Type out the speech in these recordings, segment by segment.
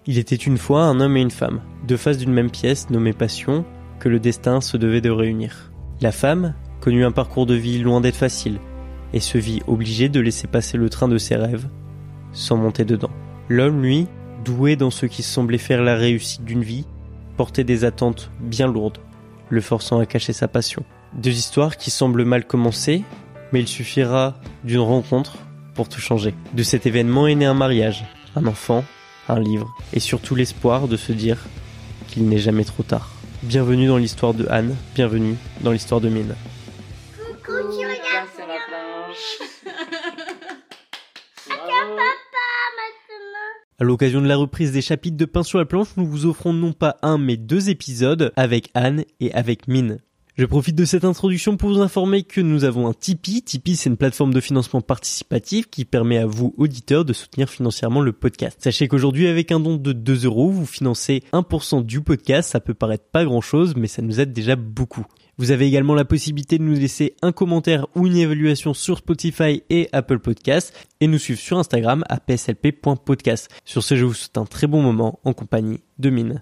Il était une fois un homme et une femme, deux faces d'une même pièce nommée passion, que le destin se devait de réunir. La femme connut un parcours de vie loin d'être facile, et se vit obligée de laisser passer le train de ses rêves, sans monter dedans. L'homme, lui, doué dans ce qui semblait faire la réussite d'une vie, portait des attentes bien lourdes, le forçant à cacher sa passion. Deux histoires qui semblent mal commencer, mais il suffira d'une rencontre pour tout changer. De cet événement est né un mariage, un enfant, un livre, et surtout l'espoir de se dire qu'il n'est jamais trop tard. Bienvenue dans l'histoire de Anne, bienvenue dans l'histoire de Mine. Coucou, tu regardes sur la planche. Attends, papa, maintenant. À l'occasion de la reprise des chapitres de Pain sur la planche, nous vous offrons non pas un mais deux épisodes avec Anne et avec Mine. Je profite de cette introduction pour vous informer que nous avons un Tipeee. Tipeee, c'est une plateforme de financement participatif qui permet à vous, auditeurs, de soutenir financièrement le podcast. Sachez qu'aujourd'hui, avec un don de 2 €, vous financez 1% du podcast. Ça peut paraître pas grand chose, mais ça nous aide déjà beaucoup. Vous avez également la possibilité de nous laisser un commentaire ou une évaluation sur Spotify et Apple Podcasts et nous suivre sur Instagram à pslp.podcast. Sur ce, je vous souhaite un très bon moment en compagnie de Mine.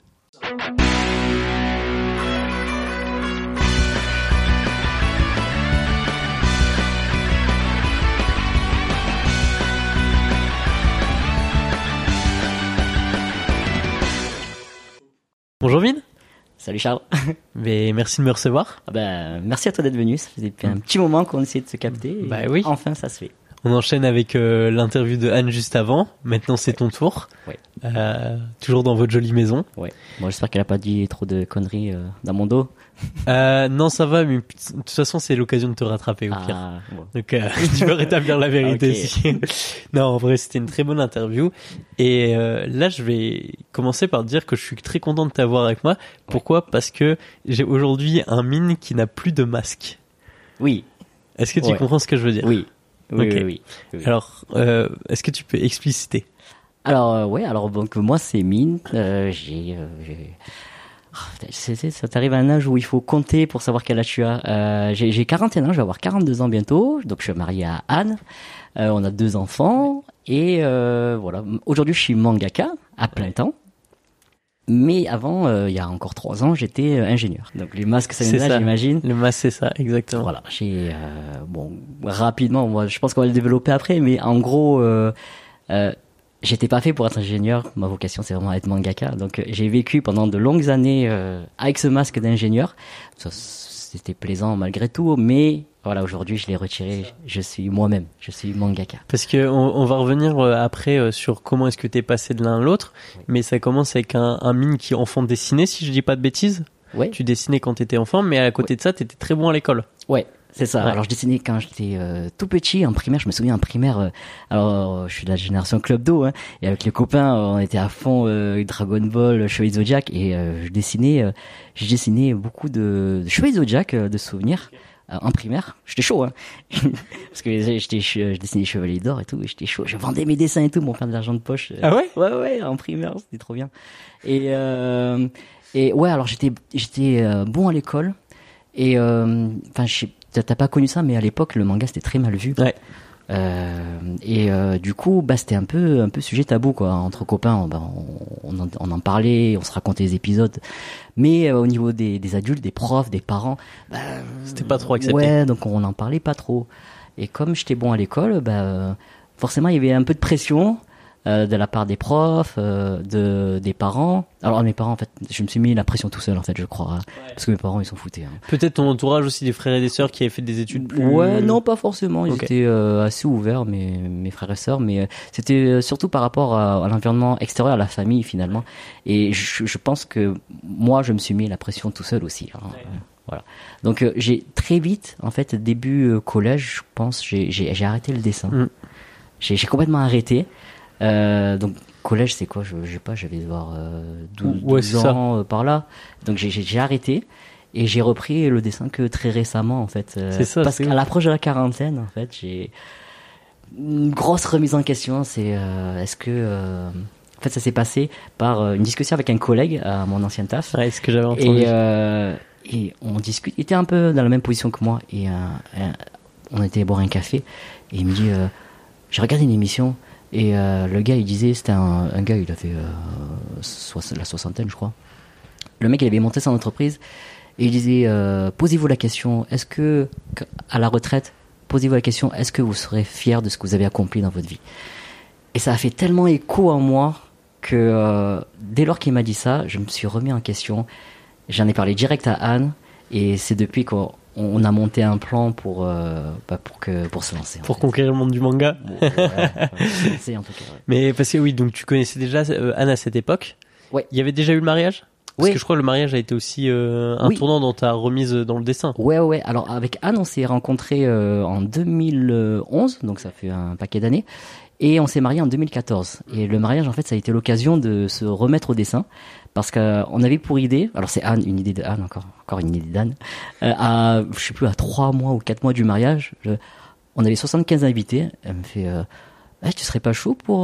Bonjour Mine. Salut Charles. Mais merci de me recevoir. Merci à toi d'être venu. Ça faisait depuis un petit moment qu'on essayait de se capter. Et Oui. Enfin, ça se fait. On enchaîne avec l'interview de Anne juste avant. Maintenant, c'est ton tour. Ouais. Toujours dans votre jolie maison. Ouais. Bon, j'espère qu'elle a pas dit trop de conneries dans mon dos. Non, ça va, mais de toute façon, c'est l'occasion de te rattraper au pire. Bon. Donc, tu peux rétablir la vérité. Okay. Si. Non, en vrai, c'était une très bonne interview. Et là, je vais commencer par dire que je suis très content de t'avoir avec moi. Pourquoi ? Parce que j'ai aujourd'hui un Mine qui n'a plus de masque. Oui. Est-ce que tu comprends ce que je veux dire ? Oui. Oui, Okay. oui. Alors, est-ce que tu peux expliciter ? Alors, donc moi, c'est Mine. Ça t'arrive à un âge où il faut compter pour savoir quel âge tu as. J'ai 41 ans, je vais avoir 42 ans bientôt. Donc, je suis marié à Anne. On a 2 enfants. Et voilà. Aujourd'hui, je suis mangaka à plein temps. Mais avant, il y a encore 3 ans, j'étais ingénieur. Donc, les masques, ça vient de là, j'imagine. Le masque, c'est ça, exactement. Voilà. Rapidement, moi, je pense qu'on va le développer après. Mais en gros, j'étais pas fait pour être ingénieur. Ma vocation, c'est vraiment être mangaka. Donc, j'ai vécu pendant de longues années avec ce masque d'ingénieur. Ça, c'était plaisant malgré tout. Mais voilà, aujourd'hui, je l'ai retiré. Je suis moi-même. Je suis mangaka. Parce que on va revenir après sur comment est-ce que t'es passé de l'un à l'autre. Mais ça commence avec un Mine qui est enfant dessiné, si je dis pas de bêtises. Ouais. Tu dessinais quand t'étais enfant, mais à côté de ça, t'étais très bon à l'école. Ouais. C'est ça. Ouais. Alors je dessinais quand j'étais tout petit en primaire. Je me souviens en primaire. Je suis de la génération Club d'eau, hein, et avec les copains, on était à fond Dragon Ball, Chevalier Zodiac, et je dessinais beaucoup de Chevalier Zodiac de souvenirs. En primaire, j'étais chaud, hein. Parce que je dessinais les Chevaliers d'Or et tout, et j'étais chaud. Je vendais mes dessins et tout, mon plein de l'argent de poche. Ah ouais? Ouais, en primaire, c'était trop bien. Et ouais, alors j'étais bon à l'école. Et t'as pas connu ça, mais à l'époque le manga c'était très mal vu. Ouais. Du coup, c'était un peu sujet tabou, quoi. Entre copains, on en parlait, on se racontait les épisodes. Mais au niveau des adultes, des profs, des parents, c'était pas trop accepté. Ouais, donc on n'en parlait pas trop. Et comme j'étais bon à l'école, forcément il y avait un peu de pression. De la part des profs, des parents. Alors mes parents, en fait, je me suis mis la pression tout seul, en fait, je crois, parce que mes parents ils s'en foutaient. Hein. Peut-être ton entourage aussi, des frères et des sœurs qui avaient fait des études plus... Ouais, non, pas forcément. Ils Okay. étaient assez ouverts, mes frères et sœurs, mais c'était surtout par rapport à l'environnement extérieur, à la famille finalement. Et je pense que moi, je me suis mis la pression tout seul aussi. Hein. Ouais. Voilà. Donc j'ai très vite, en fait, début collège, je pense, j'ai arrêté le dessin. J'ai complètement arrêté. Donc collège c'est quoi, je sais pas, j'avais devoir 12 ans par là. Donc j'ai arrêté et j'ai repris le dessin que très récemment en fait. C'est ça, parce c'est qu'à l'approche de la quarantaine en fait, j'ai une grosse remise en question, c'est est-ce que en fait ça s'est passé par une discussion avec un collègue à mon ancien taf. Ouais, ce que j'avais entendu. Et on discute, il était un peu dans la même position que moi et on était boire un café et il me dit j'ai regardé une émission. Et le gars il disait, c'était un gars, il avait la soixantaine, je crois. Le mec, il avait monté son entreprise et il disait posez-vous la question, est-ce que à la retraite, posez-vous la question, est-ce que vous serez fier de ce que vous avez accompli dans votre vie? Et ça a fait tellement écho en moi que dès lors qu'il m'a dit ça, je me suis remis en question. J'en ai parlé direct à Anne et c'est depuis qu'on a monté un plan pour se lancer. Pour conquérir le monde du manga. C'est en tout cas. Ouais. Mais parce que oui, donc tu connaissais déjà Anne à cette époque. Ouais. Il y avait déjà eu le mariage. Parce Oui. que je crois que le mariage a été aussi un tournant dans ta remise dans le dessin. Ouais. Alors avec Anne, on s'est rencontrés en 2011, donc ça fait un paquet d'années. Et on s'est mariés en 2014. Et le mariage, en fait, ça a été l'occasion de se remettre au dessin. Parce qu'on avait pour idée, alors c'est Anne, une idée de Anne, encore une idée d'Anne, à 3 mois ou 4 mois du mariage, on avait 75 invités. Elle me fait, tu serais pas chaud pour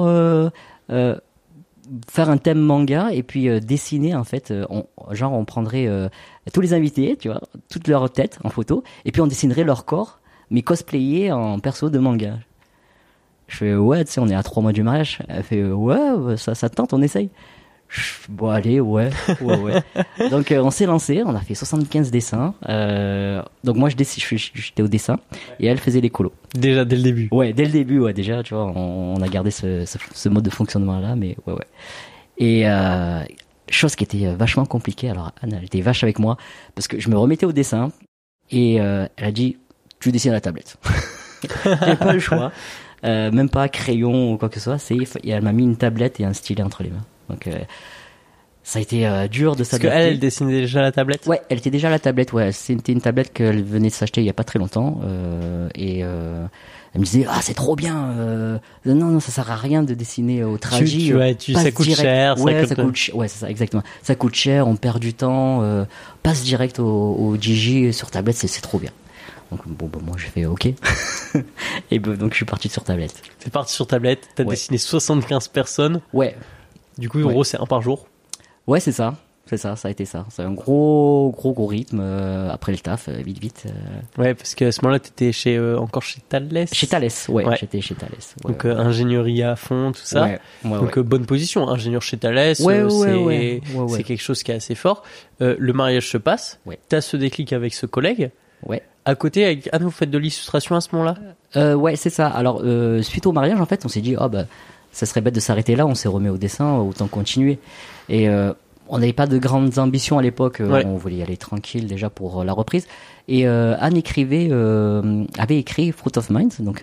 faire un thème manga et puis dessiner, en fait, on prendrait tous les invités, tu vois, toute leur tête en photo, et puis on dessinerait leur corps, mais cosplayé en perso de manga. Je fais, ouais, tu sais, on est à 3 mois du mariage. Elle fait, ouais, ça te tente, on essaye. Bon, allez, ouais. Donc, on s'est lancé, on a fait 75 dessins. Donc, moi, j'étais au dessin et elle faisait les colos. Déjà, dès le début. Ouais, dès le début, ouais, déjà, tu vois, on a gardé ce mode de fonctionnement-là, mais ouais. Et, chose qui était vachement compliquée. Alors, Anne, elle était vache avec moi parce que je me remettais au dessin et elle a dit, tu dessines à la tablette. J'ai pas le choix. Même pas crayon ou quoi que ce soit, et elle m'a mis une tablette et un stylet entre les mains. Donc ça a été dur de s'adapter. Parce qu'elle dessinait déjà à la tablette. Ouais, elle était déjà à la tablette. Ouais, c'était une tablette qu'elle venait de s'acheter il y a pas très longtemps. Elle me disait c'est trop bien. Non, ça sert à rien de dessiner au trajet. Ça coûte cher. Ouais, ça coûte. Ouais, c'est ça, exactement. Ça coûte cher, on perd du temps. Passe direct au Gigi sur tablette, c'est trop bien. Donc moi j'ai fait ok. Et donc je suis parti sur tablette. T'es parti sur tablette, t'as dessiné 75 personnes. Ouais. Du coup en gros c'est un par jour. Ouais, c'est ça, ça a été ça. C'est un gros rythme après le taf, vite. Ouais, parce qu'à ce moment-là t'étais encore chez Thales. Chez Thales, ouais. J'étais chez Thales. Ouais, donc ingénierie à fond, tout ça. Ouais, donc bonne position, ingénieur chez Thales, c'est quelque chose qui est assez fort. Le mariage se passe, t'as ce déclic avec ce collègue. Ouais. À côté, avec Anne, vous faites de l'illustration à ce moment-là? Ouais, c'est ça. Alors, suite au mariage, en fait, on s'est dit, ça serait bête de s'arrêter là, on s'est remis au dessin, autant continuer. Et on n'avait pas de grandes ambitions à l'époque, on voulait y aller tranquille déjà pour la reprise. Et Anne avait écrit Fruit of Mind, donc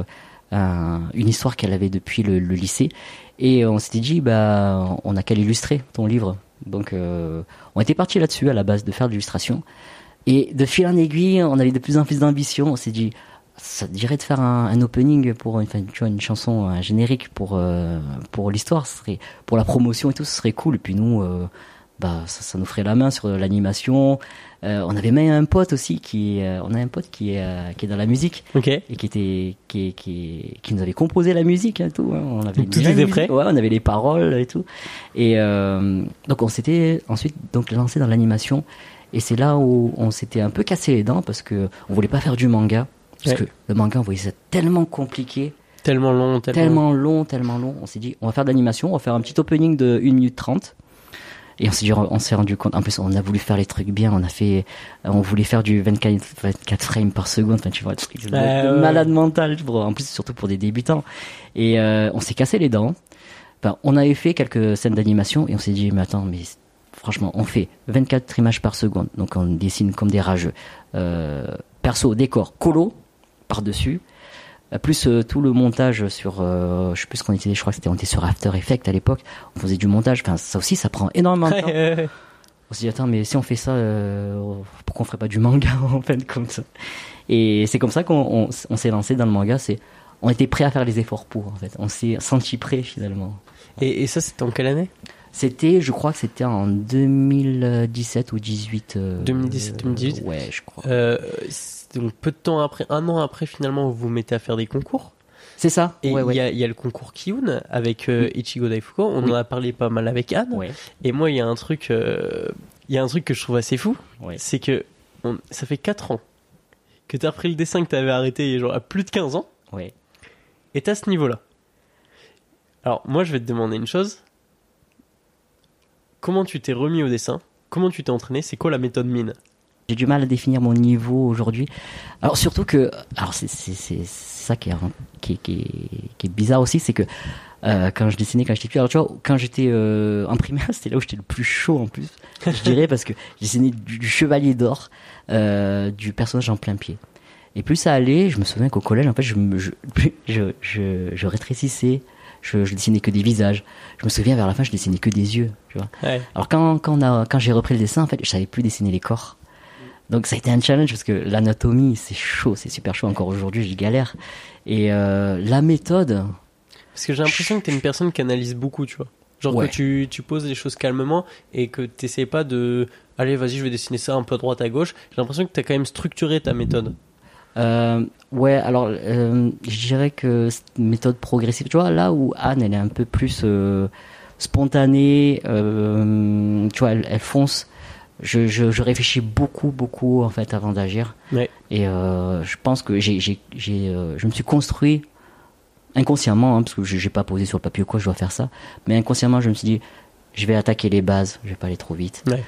une histoire qu'elle avait depuis le lycée. Et on s'était dit, on n'a qu'à l'illustrer, ton livre. Donc, on était parti là-dessus, à la base, de faire de l'illustration. Et de fil en aiguille, on avait de plus en plus d'ambition. On s'est dit, ça te dirait de faire un opening pour une chanson, un générique pour l'histoire, ce serait pour la promotion et tout, ce serait cool. Et puis nous, ça nous ferait la main sur l'animation. On avait même un pote aussi qui est dans la musique, okay. Et qui nous avait composé la musique et tout. Hein. On avait tout était prêt. Ouais, on avait les paroles et tout. Et donc on s'était ensuite lancé dans l'animation. Et c'est là où on s'était un peu cassé les dents parce que on voulait pas faire du manga. Parce que le manga, on voyait ça tellement compliqué. Tellement long. On s'est dit, on va faire de l'animation, on va faire un petit opening de 1 minute 30. Et on s'est rendu compte, en plus, on a voulu faire les trucs bien, on voulait faire du 24 frames par seconde, enfin, tu vois, malade mental, en plus, surtout pour des débutants. Et, on s'est cassé les dents. Enfin, on avait fait quelques scènes d'animation et on s'est dit, mais attends, franchement, on fait 24 images par seconde, donc on dessine comme des rageux. Perso, décor, colo, par-dessus, plus tout le montage sur, je sais plus ce qu'on était, je crois que on était sur After Effects à l'époque, on faisait du montage, enfin ça aussi ça prend énormément de temps. On s'est dit, attends, mais si on fait ça, pourquoi on ferait pas du manga en fait, comme ça? Et c'est comme ça qu'on s'est lancé dans le manga, on était prêt à faire les efforts pour, en fait, on s'est senti prêt finalement. Et ça c'était en quelle année? Je crois que c'était en 2017 ou 18. 2017-2018 ouais, je crois. Donc peu de temps après, 1 an après, finalement, vous vous mettez à faire des concours. C'est ça. Et il y a le concours Kiyun avec Ichigo Daifuku. On en a parlé pas mal avec Anne. Ouais. Et moi, il y a un truc que je trouve assez fou. Ouais. C'est que ça fait 4 ans que t'as repris le dessin que t'avais arrêté genre à plus de 15 ans. Ouais. Et t'as ce niveau-là. Alors, moi, je vais te demander une chose. comment tu t'es remis au dessin? Comment tu t'es entraîné? C'est quoi la méthode mine? J'ai du mal à définir mon niveau aujourd'hui. Alors surtout que, alors c'est ça qui est bizarre aussi, c'est que quand je dessinais quand j'étais petit, alors tu vois, quand j'étais en primaire, c'était là où j'étais le plus chaud en plus, je dirais, parce que je dessinais du chevalier d'or, du personnage en plein pied. Et plus ça allait, je me souviens qu'au collège, en fait, je rétrécissais. Je dessinais que des visages. Je me souviens vers la fin, je dessinais que des yeux, tu vois. Ouais. Alors quand j'ai repris le dessin, en fait, je savais plus dessiner les corps. Donc ça a été un challenge parce que l'anatomie, c'est chaud, c'est super chaud. Encore aujourd'hui, j'y galère. Et la méthode. Parce que j'ai l'impression que t'es une personne qui analyse beaucoup, tu vois. Genre Ouais. que tu poses les choses calmement et que t'essaies pas de allez, vas-y, je vais dessiner ça un peu à droite à gauche. J'ai l'impression que t'as quand même structuré ta méthode. Ouais, alors je dirais que cette méthode progressive, tu vois, là où Anne, elle est un peu plus spontanée, tu vois, elle fonce. Je réfléchis beaucoup en fait avant d'agir. Ouais. Et je pense que je me suis construit inconsciemment, hein, parce que j'ai pas posé sur le papier quoi, je dois faire ça. Mais inconsciemment, je me suis dit, je vais attaquer les bases, je vais pas aller trop vite. Ouais.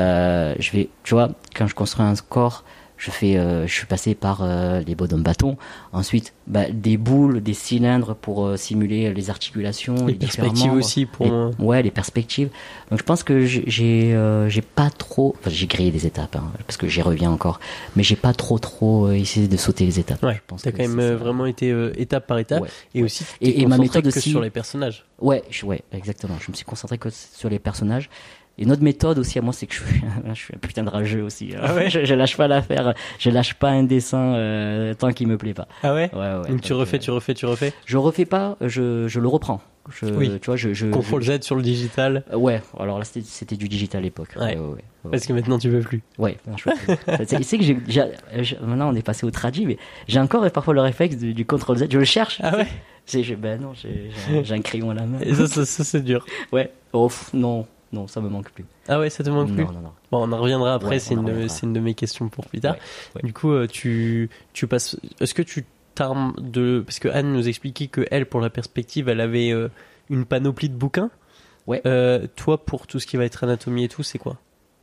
Tu vois, quand je construis un score, je suis passé par les bonhommes bâtons, ensuite des boules, des cylindres pour simuler les articulations, Les différents perspectives membres. aussi pour. Ouais, les perspectives. Donc je pense que j'ai pas trop, enfin j'ai grillé des étapes, hein, parce que j'y reviens encore, mais j'ai pas trop essayé de sauter les étapes. Ouais. Je pense T'as que quand même c'est ça. vraiment été étape par étape Ouais. et aussi Et t'es ma concentré méthode que aussi- sur les personnages. Ouais, exactement. Je me suis concentré que sur les personnages. Et une autre méthode aussi à moi, c'est que je suis un putain de rageux aussi. Ah ouais. je lâche pas l'affaire, je lâche pas un dessin tant qu'il me plaît pas. Ah ouais. Ouais. Donc tu refais. Je refais pas, je le reprends. Oui. Tu vois, Contrôle Z sur le digital. Ouais, alors là c'était du digital à l'époque. Ouais. Ouais. Parce que maintenant tu veux plus. Ouais, non, je peux plus. C'est que maintenant on est passé au tradi, mais j'ai encore parfois le réflexe du contrôle Z. Je le cherche. Ah ouais. Ben non, j'ai un crayon à la main. Et ça c'est dur. Ouais. Non, ça me manque plus. Ah ouais, ça te manque plus. Non. Bon, on en reviendra après. Ouais, c'est on en reviendra. une de mes questions pour plus tard. Ouais. Du coup, tu passes. Est-ce que tu t'armes de parce que Anne nous expliquait que elle, pour la perspective, elle avait une panoplie de bouquins. Ouais. Toi, pour tout ce qui va être anatomie et tout, c'est quoi?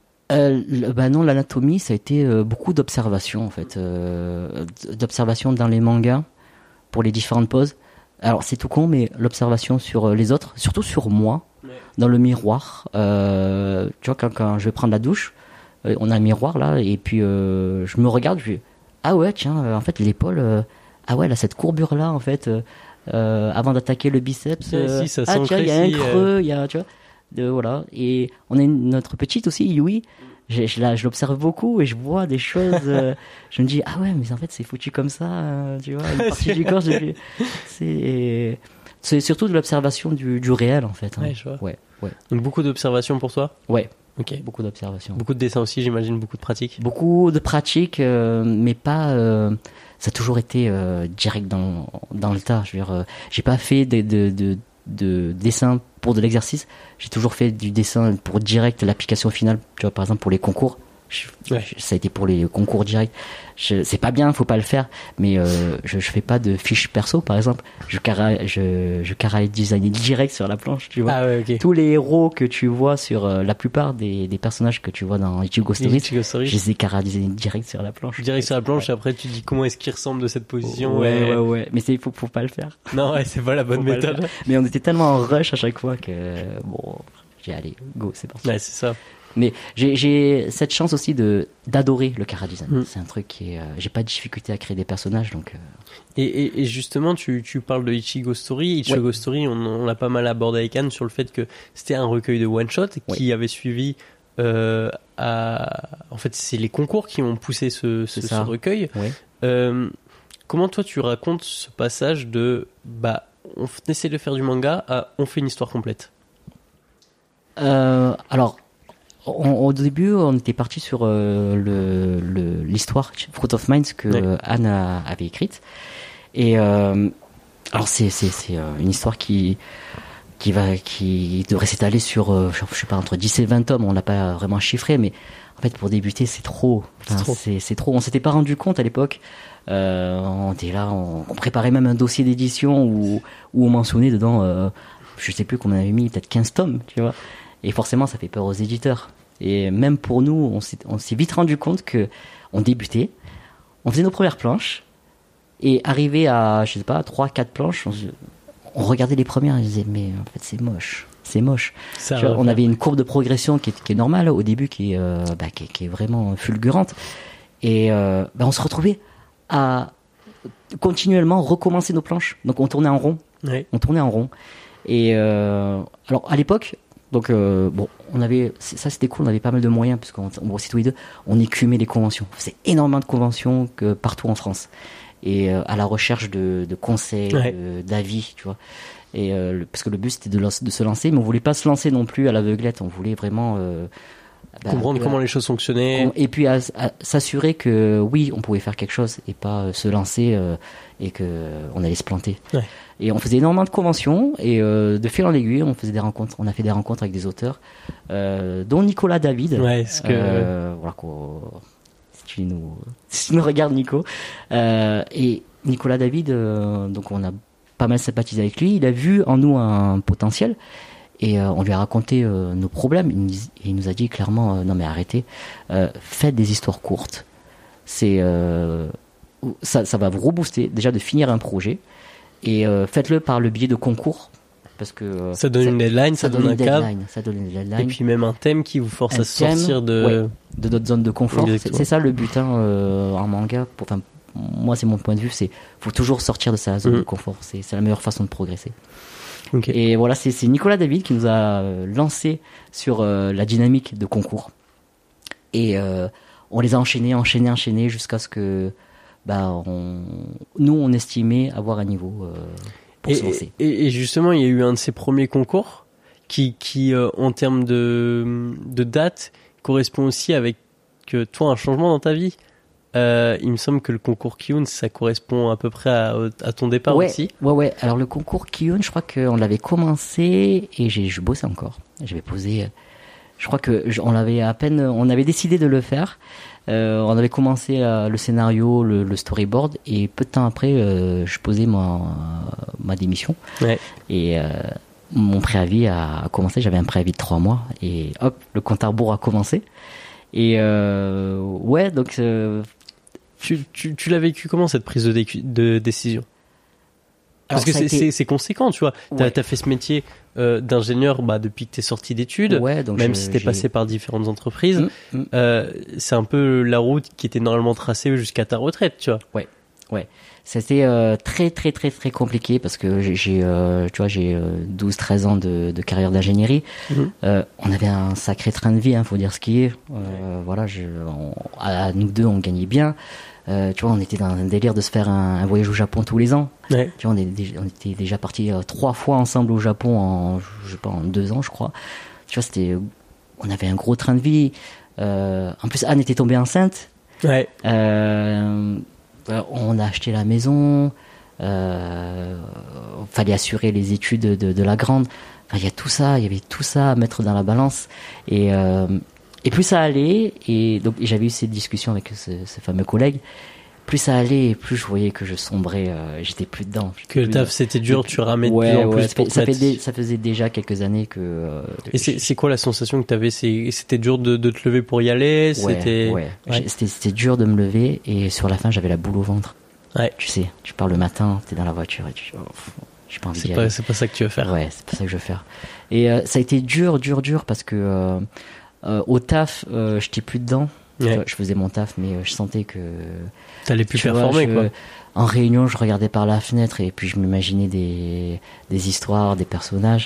Non, l'anatomie, ça a été beaucoup d'observations en fait, d'observations dans les mangas pour les différentes poses. Alors c'est tout con, mais l'observation sur les autres, surtout sur moi, dans le miroir. Tu vois, quand je vais prendre la douche, on a un miroir là, et puis je me regarde, je dis ah ouais tiens, en fait l'épaule, ah ouais, elle a cette courbure là en fait. Avant d'attaquer le biceps, Si, ça ah tiens, il y a un s'ancre ici, creux, il y a, tu vois, voilà. Et on a notre petite aussi, Yui. Je l'observe beaucoup et je vois des choses. Je me dis ah ouais, mais en fait c'est foutu comme ça, tu vois. Une partie du corps, c'est surtout de l'observation du réel en fait. Hein. Ouais, je vois. Ouais. Donc beaucoup d'observations pour toi. Ouais. Ok. Beaucoup d'observations. Beaucoup de dessins aussi, j'imagine, beaucoup de pratiques. Beaucoup de pratiques, mais pas. Ça a toujours été direct dans le tas. Je veux dire, j'ai pas fait de dessin pour de l'exercice. J'ai toujours fait du dessin pour direct l'application finale. Tu vois, par exemple pour les concours. Ça a été pour les concours directs. C'est pas bien, faut pas le faire. Mais je fais pas de fiches perso, par exemple. Je carré design direct sur la planche, tu vois. Ah ouais, ok. Tous les héros que tu vois sur la plupart des personnages que tu vois dans Ichigo Story, je les ai carré design direct sur la planche. Direct sur la planche, et après tu dis comment est-ce qu'il ressemble de cette position. Ouais. Mais faut pas le faire. Non, ouais, c'est pas la bonne Faut pas le méthode. faire. Mais on était tellement en rush à chaque fois que bon, j'ai allez, go, c'est parti. Ouais, c'est ça. Mais j'ai cette chance aussi d'adorer le chara design. C'est un truc qui est, j'ai pas de difficulté à créer des personnages, donc. Et justement, tu parles de Ichigo Story. Ichigo Story, on l'a pas mal abordé avec Anne sur le fait que c'était un recueil de one shot qui avait suivi. En fait, c'est les concours qui ont poussé ce recueil. Ouais. Comment toi tu racontes ce passage de on essaie de faire du manga à on fait une histoire complète? Alors. Au début, on était parti sur l'histoire Fruit of Minds que Anne avait écrite. Et alors c'est une histoire qui devrait s'étaler sur je sais pas, entre 10 et 20 tomes. On l'a pas vraiment chiffré, mais en fait pour débuter c'est trop. C'est trop. On s'était pas rendu compte à l'époque. On était là, on préparait même un dossier d'édition où on mentionnait dedans, je sais plus combien on avait mis, peut-être 15 tomes, tu vois. Et forcément, ça fait peur aux éditeurs. Et même pour nous, on s'est vite rendu compte que on débutait, on faisait nos premières planches, et arrivé à, je sais pas, 3-4 planches, on regardait les premières et on disait, mais en fait, c'est moche. On avait une courbe de progression qui est normale au début, qui est vraiment fulgurante. Et on se retrouvait à continuellement recommencer nos planches. Donc on tournait en rond. Ouais. Et alors à l'époque, donc on avait, ça c'était cool, on avait pas mal de moyens parce qu'on bossait tous les deux, on écumait les conventions. On faisait énormément de conventions partout en France. Et à la recherche de conseils, d'avis, tu vois. Et parce que le but c'était de se lancer, mais on voulait pas se lancer non plus à l'aveuglette. On voulait vraiment comprendre comment les choses fonctionnaient. Et puis à s'assurer que oui, on pouvait faire quelque chose et pas se lancer et que on allait se planter. Ouais. Et on faisait énormément de conventions et de fil en aiguille, on faisait des rencontres. On a fait des rencontres avec des auteurs, dont Nicolas David. Ouais, voilà, si tu nous regardes, Nico. Et Nicolas David, donc on a pas mal sympathisé avec lui. Il a vu en nous un potentiel. Et on lui a raconté nos problèmes. Il nous a dit clairement, non mais arrêtez, faites des histoires courtes. Ça va vous rebooster déjà de finir un projet. Et faites-le par le biais de concours. Parce que ça donne une deadline, ça donne un cadre. Ça donne une deadline. Et puis même un thème qui vous force à sortir de notre zone de confort. C'est ça le but en manga. Moi, c'est mon point de vue. Faut toujours sortir de sa zone de confort. C'est la meilleure façon de progresser. Okay. Et voilà, c'est Nicolas David qui nous a lancé sur la dynamique de concours. Et on les a enchaînés jusqu'à ce que nous, on estimait avoir un niveau pour se lancer. Et justement, il y a eu un de ces premiers concours qui en termes de date, correspond aussi avec toi un changement dans ta vie. Il me semble que le concours Kiyun, ça correspond à peu près à ton départ aussi. Ouais. Alors le concours Kiyun, je crois qu'on l'avait commencé et je bossais encore. J'avais posé. Je crois que on avait décidé de le faire. On avait commencé le scénario, le storyboard, et peu de temps après, je posais ma démission. Ouais. Et mon préavis a commencé. J'avais un préavis de 3 mois et hop, le compte à rebours a commencé. Et donc. Tu l'as vécu comment cette prise de décision? Parce que c'est conséquent, tu vois. T'as fait ce métier d'ingénieur depuis que t'es sorti d'études, même si t'es passé par différentes entreprises. C'est un peu la route qui était normalement tracée jusqu'à ta retraite, tu vois. Ouais. C'était très très très très compliqué parce que j'ai 12-13 ans de carrière d'ingénierie. On avait un sacré train de vie, faut dire ce qui est. Voilà, nous deux, on gagnait bien. Tu vois, on était dans un délire de se faire un voyage au Japon tous les ans. Ouais. Tu vois, on était déjà partis 3 fois ensemble au Japon en 2 ans, je crois. Tu vois, on avait un gros train de vie. En plus, Anne était tombée enceinte. Ouais. On a acheté la maison. Fallait assurer les études de la grande. Enfin, il y avait tout ça à mettre dans la balance. Et plus ça allait, et donc j'avais eu cette discussion avec ce fameux collègue, plus ça allait, et plus je voyais que je sombrais, j'étais plus dedans. Que le taf c'était dur, tu ramais de plus en plus. Ça faisait déjà quelques années que... et c'est quoi la sensation que t'avais? C'était dur de te lever pour y aller? C'était dur de me lever, et sur la fin j'avais la boule au ventre. Ouais. Tu sais, tu pars le matin, t'es dans la voiture, et j'ai pas envie d'y aller. C'est pas ça que tu veux faire. Ouais, c'est pas ça que je veux faire. Et ça a été dur, parce que... au taf, j'étais plus dedans. Ouais. Je faisais mon taf, mais je sentais que t'allais plus performer, quoi. En réunion, je regardais par la fenêtre et puis je m'imaginais des histoires, des personnages.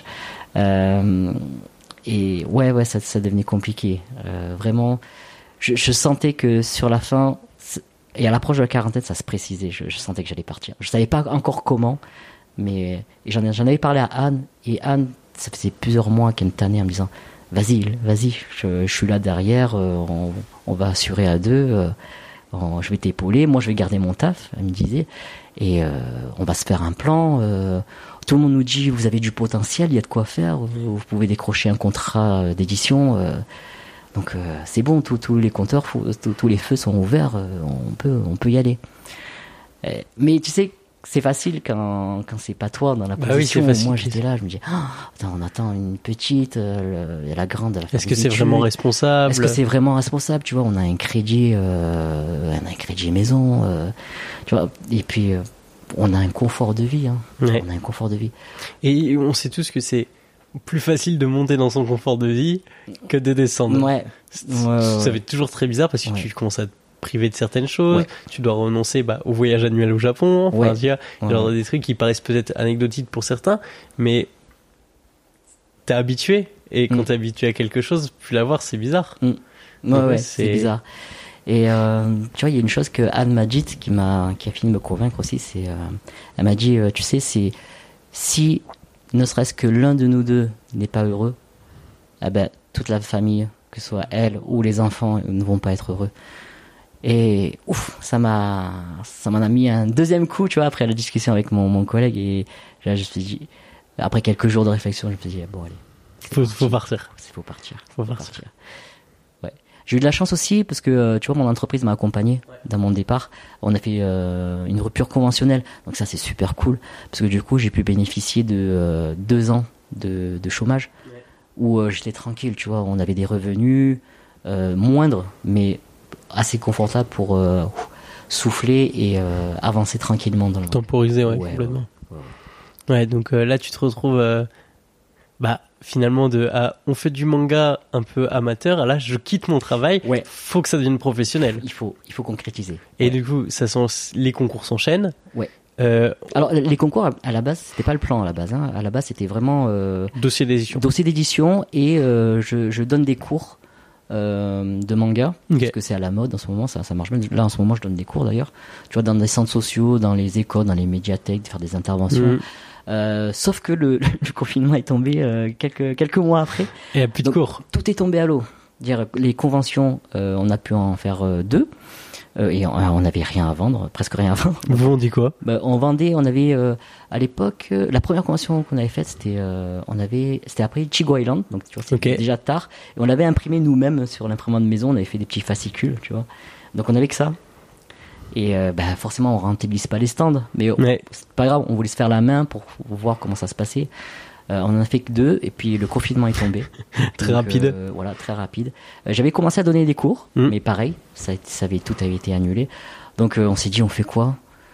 Et ça devenait compliqué. Vraiment, je sentais que sur la fin et à l'approche de la quarantaine, ça se précisait. Je sentais que j'allais partir. Je savais pas encore comment, mais j'en avais parlé à Anne, et Anne, ça faisait plusieurs mois qu'elle me tannait en me disant: Vas-y, je suis là derrière, on va assurer à deux, je vais t'épauler, moi je vais garder mon taf, elle me disait, et on va se faire un plan, tout le monde nous dit vous avez du potentiel, il y a de quoi faire, vous pouvez décrocher un contrat d'édition, donc c'est bon, tous les compteurs, tous les feux sont ouverts, on peut y aller. Mais tu sais, c'est facile quand c'est pas toi dans la Bah position. oui, c'est facile. Moi, j'étais là, je me dis, attends, on attend une petite, et la grande. Est-ce que c'est vraiment responsable? Est-ce que c'est vraiment responsable? Tu vois, on a un crédit maison, tu vois, et puis on a un confort de vie. Hein. Ouais. On a un confort de vie. Et on sait tous que c'est plus facile de monter dans son confort de vie que de descendre. Ouais. Ça fait toujours très bizarre parce que tu commences à te priver de certaines choses. Ouais. Tu dois renoncer au voyage annuel au Japon. Enfin, il y a des trucs qui paraissent peut-être anecdotiques pour certains, mais t'es habitué. Et quand t'es habitué à quelque chose, plus l'avoir, c'est bizarre. Ouais, c'est bizarre. Et tu vois, il y a une chose que Anne m'a dite qui a fini de me convaincre aussi, c'est elle m'a dit, tu sais, c'est si ne serait-ce que l'un de nous deux n'est pas heureux, eh ben toute la famille, que ce soit elle ou les enfants, ne vont pas être heureux. Et ça m'en a mis un deuxième coup, tu vois, après la discussion avec mon collègue. Et là, je me suis dit, après quelques jours de réflexion, je me suis dit, bon, allez, faut partir. Faut partir. Ouais. J'ai eu de la chance aussi parce que, tu vois, mon entreprise m'a accompagné dans mon départ. On a fait une rupture conventionnelle. Donc ça, c'est super cool parce que du coup, j'ai pu bénéficier de 2 ans de chômage où j'étais tranquille, tu vois. On avait des revenus moindres, mais assez confortables pour souffler et avancer tranquillement dans le temporiser, complètement. Ouais, donc là, tu te retrouves finalement on fait du manga un peu amateur, là je quitte mon travail, faut que ça devienne professionnel. Il faut concrétiser. Et du coup, les concours s'enchaînent. Ouais. Alors les concours à la base, c'était pas le plan à la base. Hein. À la base, c'était vraiment dossier d'édition et je donne des cours de manga parce que c'est à la mode en ce moment, ça marche bien. Là en ce moment, je donne des cours d'ailleurs. Tu vois, dans des centres sociaux, dans les écoles, dans les médiathèques, de faire des interventions. Sauf que le confinement est tombé quelques mois après. Et il n'y a plus de cours. Tout est tombé à l'eau. Dire les conventions, on a pu en faire 2 et on n'avait rien à vendre, presque rien à vendre. Vous vendiez quoi? On avait à l'époque la première convention qu'on avait faite, c'était après Chigo Island, donc tu vois, c'était déjà tard. Et on l'avait imprimé nous-mêmes sur l'imprimante de maison. On avait fait des petits fascicules, tu vois. Donc on avait que ça. Et forcément, on rentabilise pas les stands, mais c'est pas grave, on voulait se faire la main pour voir comment ça se passait. On en a fait que 2, et puis le confinement est tombé. Très rapide. Voilà, très rapide. J'avais commencé à donner des cours, mais pareil, tout avait été annulé. Donc on s'est dit, on fait quoi?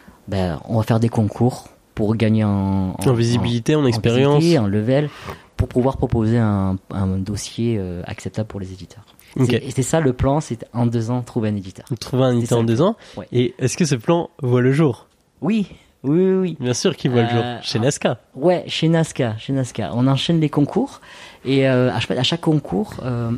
On va faire des concours pour gagner en visibilité, en expérience, en level, pour pouvoir proposer un dossier acceptable pour les éditeurs. Et c'est ça le plan, c'est en 2 ans trouver un éditeur. Trouver un éditeur en 2 ans. Ouais. Et est-ce que ce plan voit le jour? Oui. Bien sûr qu'il voit le jour. Chez Nazca. Ouais, chez Nazca. On enchaîne les concours et à chaque concours,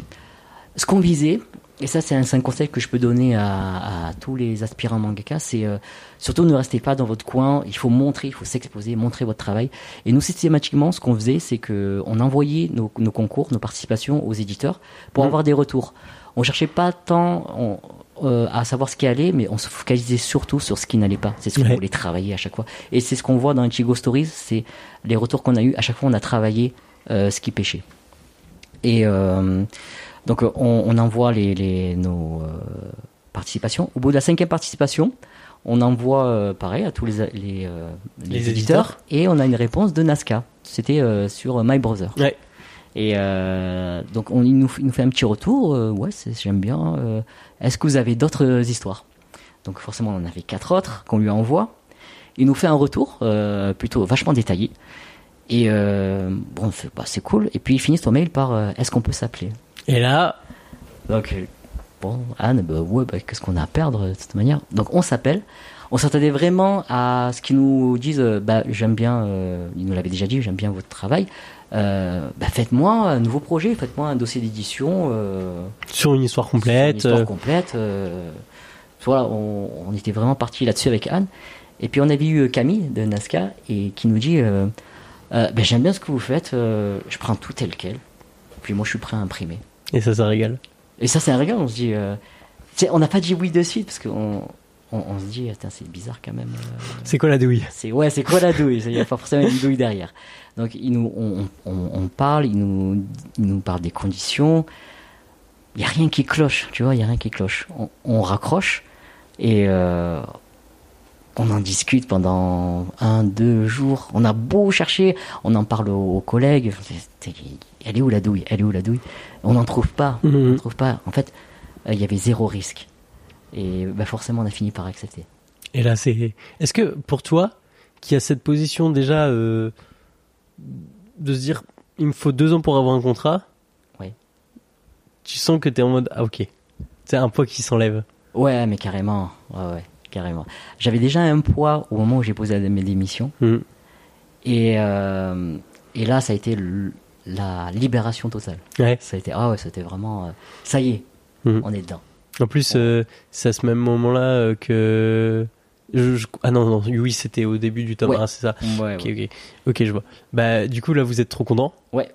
ce qu'on visait, et ça c'est un conseil que je peux donner à tous les aspirants mangaka, c'est surtout ne restez pas dans votre coin. Il faut s'exposer, montrer votre travail. Et nous systématiquement, ce qu'on faisait, c'est que on envoyait nos concours, nos participations aux éditeurs pour avoir des retours. On cherchait pas tant à savoir ce qui allait, mais on se focalisait surtout sur ce qui n'allait pas. C'est ce qu'on voulait travailler à chaque fois. Et c'est ce qu'on voit dans Ichigo Stories, c'est les retours qu'on a eu. À chaque fois, on a travaillé ce qui pêchait. Et donc, on envoie nos participations. Au bout de la 5e participation, on envoie pareil à tous les éditeurs, et on a une réponse de Nazca. C'était sur My Brother. Ouais. Et donc il nous fait un petit retour. J'aime bien. Est-ce que vous avez d'autres histoires? Donc forcément, on en avait 4 autres qu'on lui envoie. Il nous fait un retour plutôt vachement détaillé. Et c'est cool. Et puis il finit son mail par est-ce qu'on peut s'appeler? Et là, donc Anne, qu'est-ce qu'on a à perdre de toute manière? Donc on s'appelle. On s'attendait vraiment à ce qu'ils nous disent j'aime bien, il nous l'avait déjà dit, j'aime bien votre travail. Faites-moi un nouveau projet, faites-moi un dossier d'édition sur une histoire complète. Voilà, on était vraiment parti là-dessus avec Anne. Et puis on avait eu Camille de Nazca et qui nous dit j'aime bien ce que vous faites, je prends tout tel quel. Puis moi je suis prêt à imprimer. Et ça régale. Et ça c'est un régal. On se dit, on n'a pas dit oui de suite parce qu'on se dit, c'est bizarre quand même. C'est quoi la douille? C'est quoi la douille? Il n'y a pas forcément une douille derrière. Donc on parle, il nous parle des conditions. Il n'y a rien qui cloche, tu vois, il n'y a rien qui cloche. On raccroche et on en discute pendant 1-2 jours. On a beau chercher, on en parle aux collègues. Elle est où la douille? Elle est où la douille? On n'en trouve pas. On n'en trouve pas. En fait, il y avait 0 risque. Et forcément, on a fini par accepter. Et là, Est-ce que pour toi, qui a cette position déjà de se dire, il me faut 2 ans pour avoir un contrat, oui. Tu sens que t'es en mode, ah ok, c'est un poids qui s'enlève. Ouais, mais carrément. Ouais, carrément. J'avais déjà un poids au moment où j'ai posé mes démissions. Et là, ça a été la libération totale. Ouais. Ça a été, c'était vraiment, ça y est, on est dedans. En plus, c'est à ce même moment-là que... Ah non, oui, c'était au début du tome 1, c'est ça. Ouais, ok, je vois. Bah, du coup, là, vous êtes trop content. Ouais.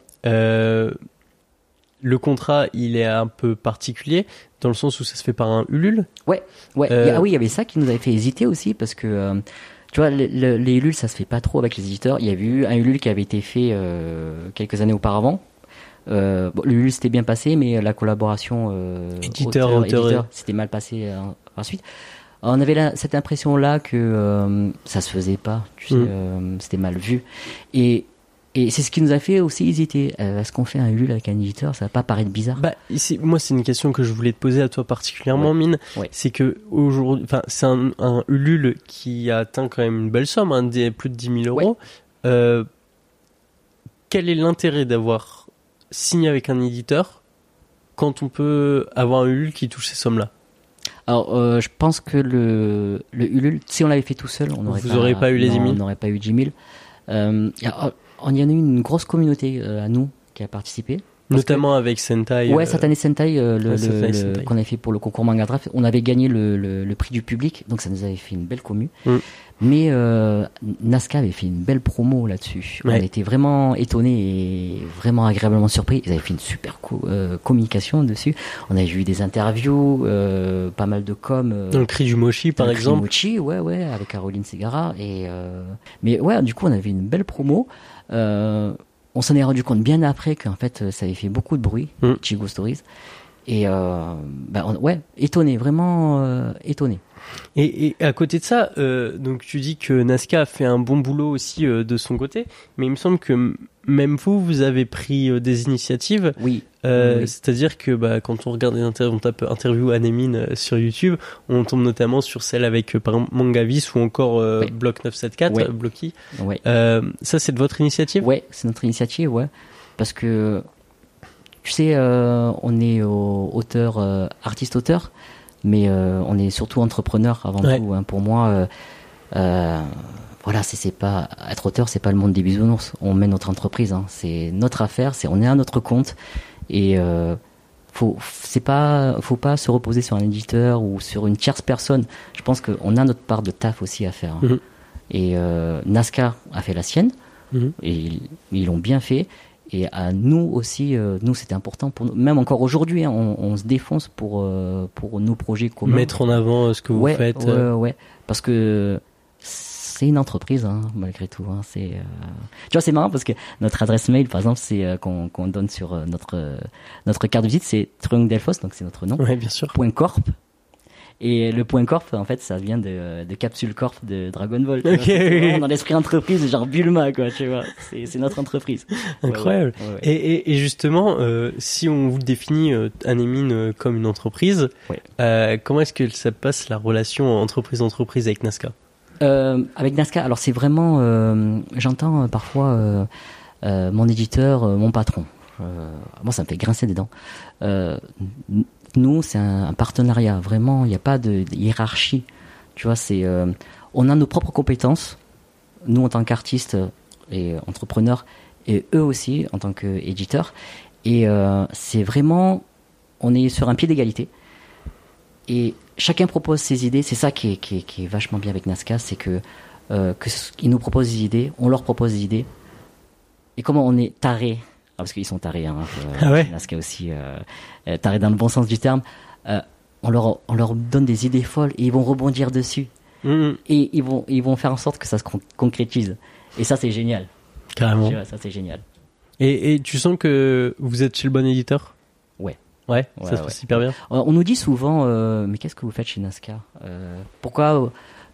Le contrat, il est un peu particulier, dans le sens où ça se fait par un Ulule. Ouais. Ah oui, il y avait ça qui nous avait fait hésiter aussi, parce que, tu vois, les Ulules, ça se fait pas trop avec les éditeurs. Il y avait eu un Ulule qui avait été fait quelques années auparavant. Le Ulule s'était bien passé, mais la collaboration éditeur s'était mal passé ensuite. On avait cette impression-là que ça se faisait pas, tu sais, c'était mal vu. Et c'est ce qui nous a fait aussi hésiter. Est-ce qu'on fait un Ulule avec un éditeur? Ça va pas paraître bizarre? Ici, moi, c'est une question que je voulais te poser à toi particulièrement, Mine. Ouais. C'est que aujourd'hui, c'est un Ulule qui a atteint quand même une belle somme, plus de 10 000 euros. Ouais. Quel est l'intérêt d'avoir signé avec un éditeur quand on peut avoir un Ulule qui touche ces sommes-là? Alors, je pense que le Ulule, si on l'avait fait tout seul, on n'aurait pas eu les 10 000. On n'aurait pas eu 10 000. Il y en a eu une grosse communauté à nous qui a participé. Notamment avec Sentai. Ouais, Satané Sentai, Sentai, qu'on avait fait pour le concours Manga Draft. On avait gagné le prix du public, donc ça nous avait fait une belle commu. Mais Nazca avait fait une belle promo là-dessus. Ouais. On était vraiment étonnés et vraiment agréablement surpris. Ils avaient fait une super communication dessus. On avait vu des interviews, pas mal de com. Dans le Cri du Mochi, par exemple. Le Cri du Mochi, ouais, avec Caroline Segara. Mais ouais, du coup, on avait une belle promo. On s'en est rendu compte bien après qu'en fait, ça avait fait beaucoup de bruit, Chigo Stories. Et étonné, vraiment étonné. Et à côté de ça, donc tu dis que Nazca a fait un bon boulot aussi de son côté, mais il me semble que même vous avez pris des initiatives. Oui. C'est-à-dire que quand on regarde on tape interview Anémine sur YouTube, on tombe notamment sur celle avec par exemple Mangavis ou encore Bloc 974, Blocky. Ouais. Ça, c'est de votre initiative? Ouais, c'est notre initiative, ouais. Parce que, tu sais, on est artiste-auteur, mais on est surtout entrepreneur avant tout. Hein. Pour moi, voilà, c'est pas être auteur, c'est pas le monde des bisounours. On mène notre entreprise, hein. C'est notre affaire, on est à notre compte et faut pas se reposer sur un éditeur ou sur une tierce personne. Je pense qu'on a notre part de taf aussi à faire. Hein. Et Nazca a fait la sienne et ils l'ont bien fait. Et à nous aussi, nous c'était important pour nous. Même encore aujourd'hui, hein, on se défonce pour nos projets communs. Mettre en avant ce que vous faites. Ouais, parce que c'est une entreprise, hein, malgré tout. Hein, tu vois, c'est marrant parce que notre adresse mail, par exemple, c'est qu'on donne sur notre carte de visite, c'est Triongdelphos, donc c'est notre nom. Ouais, bien sûr. .corp. Et le .corp, en fait, ça vient de Capsule Corp de Dragon Ball. Okay. Dans l'esprit entreprise, genre Bulma, quoi, tu vois. C'est notre entreprise. Incroyable. Ouais. Et justement, si on vous définit Anémine comme une entreprise, comment est-ce que ça passe la relation entreprise-entreprise avec Nazca? Avec Nazca, alors c'est vraiment, j'entends parfois mon éditeur, mon patron. Moi, ça me fait grincer des dents. Nous, c'est un partenariat, vraiment, il n'y a pas de hiérarchie. Tu vois, on a nos propres compétences, nous en tant qu'artistes et entrepreneurs, et eux aussi en tant qu'éditeurs. Et c'est vraiment, on est sur un pied d'égalité. Et chacun propose ses idées, c'est ça qui est vachement bien avec Nazca, c'est qu'ils nous proposent des idées, on leur propose des idées. Et comment on est tarés, parce qu'ils sont tarés, hein, Nazca aussi, tarés dans le bon sens du terme, on leur donne des idées folles et ils vont rebondir dessus. Et ils vont faire en sorte que ça se concrétise. Et ça, c'est génial. Carrément. Tu vois, ça, c'est génial. Et tu sens que vous êtes chez le bon éditeur? Ouais, ça se passe hyper bien. On nous dit souvent, mais qu'est-ce que vous faites chez Nazca? Pourquoi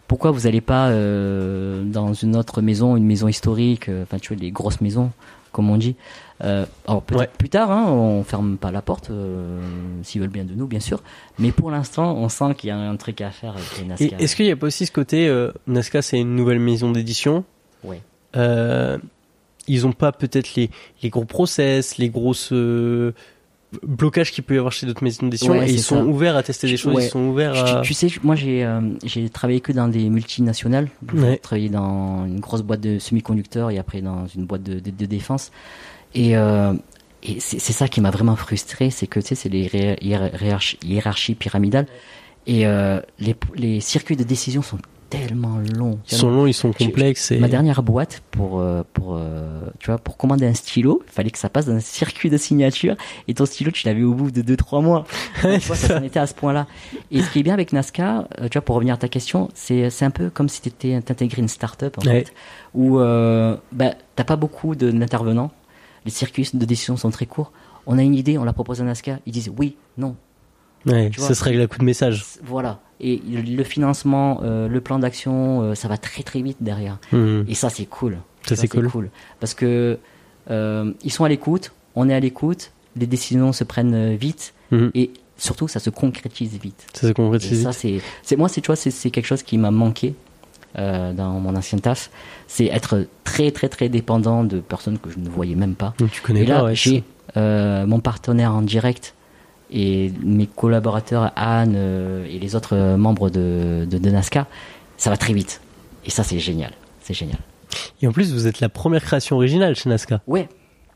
pourquoi vous allez pas dans une autre maison, une maison historique, enfin tu vois, les grosses maisons, comme on dit. Alors peut-être plus tard, hein, on ferme pas la porte s'ils veulent bien de nous, bien sûr. Mais pour l'instant, on sent qu'il y a un truc à faire avec les Nazca. Et est-ce qu'il y a pas aussi ce côté Nazca, c'est une nouvelle maison d'édition. Ouais. Ils ont pas peut-être les gros process, les grosses blocages qu'il peut y avoir chez d'autres maisons d'édition, et ils sont ouverts à tester des choses. Ils sont ouverts à... Tu sais, moi j'ai travaillé que dans des multinationales. J'ai travaillé dans une grosse boîte de semi-conducteurs et après dans une boîte de défense. Et c'est ça qui m'a vraiment frustré, c'est que tu sais, c'est les hiérarchies pyramidales, et les circuits de décision sont tellement longs. Ils sont longs, ils sont complexes. Ma dernière boîte, pour commander un stylo, il fallait que ça passe dans un circuit de signature, et ton stylo, tu l'avais au bout de 2-3 mois. Donc, tu vois, ça en était à ce point-là. Et ce qui est bien avec Nazca, tu vois, pour revenir à ta question, c'est un peu comme si t'intégrais une start-up, en fait, où t'as pas beaucoup d'intervenants. Les circuits de décision sont très courts. On a une idée, on la propose à Nazca, ils disent oui, non. Ouais, ça se règle à coup de message. Voilà. Et le financement, le plan d'action, ça va très très vite derrière. Et ça, c'est cool. Ça, c'est cool. Parce que ils sont à l'écoute, on est à l'écoute, les décisions se prennent vite, et surtout, ça se concrétise vite. Ça se concrétise vite. Ça, c'est quelque chose qui m'a manqué dans mon ancien taf. C'est être très très très dépendant de personnes que je ne voyais même pas. Donc, tu connais et là, pas, j'ai mon partenaire en direct, et mes collaborateurs Anne et les autres membres de Nazca, ça va très vite. Et ça, c'est génial. C'est génial. Et en plus, vous êtes la première création originale chez Nazca. Ouais.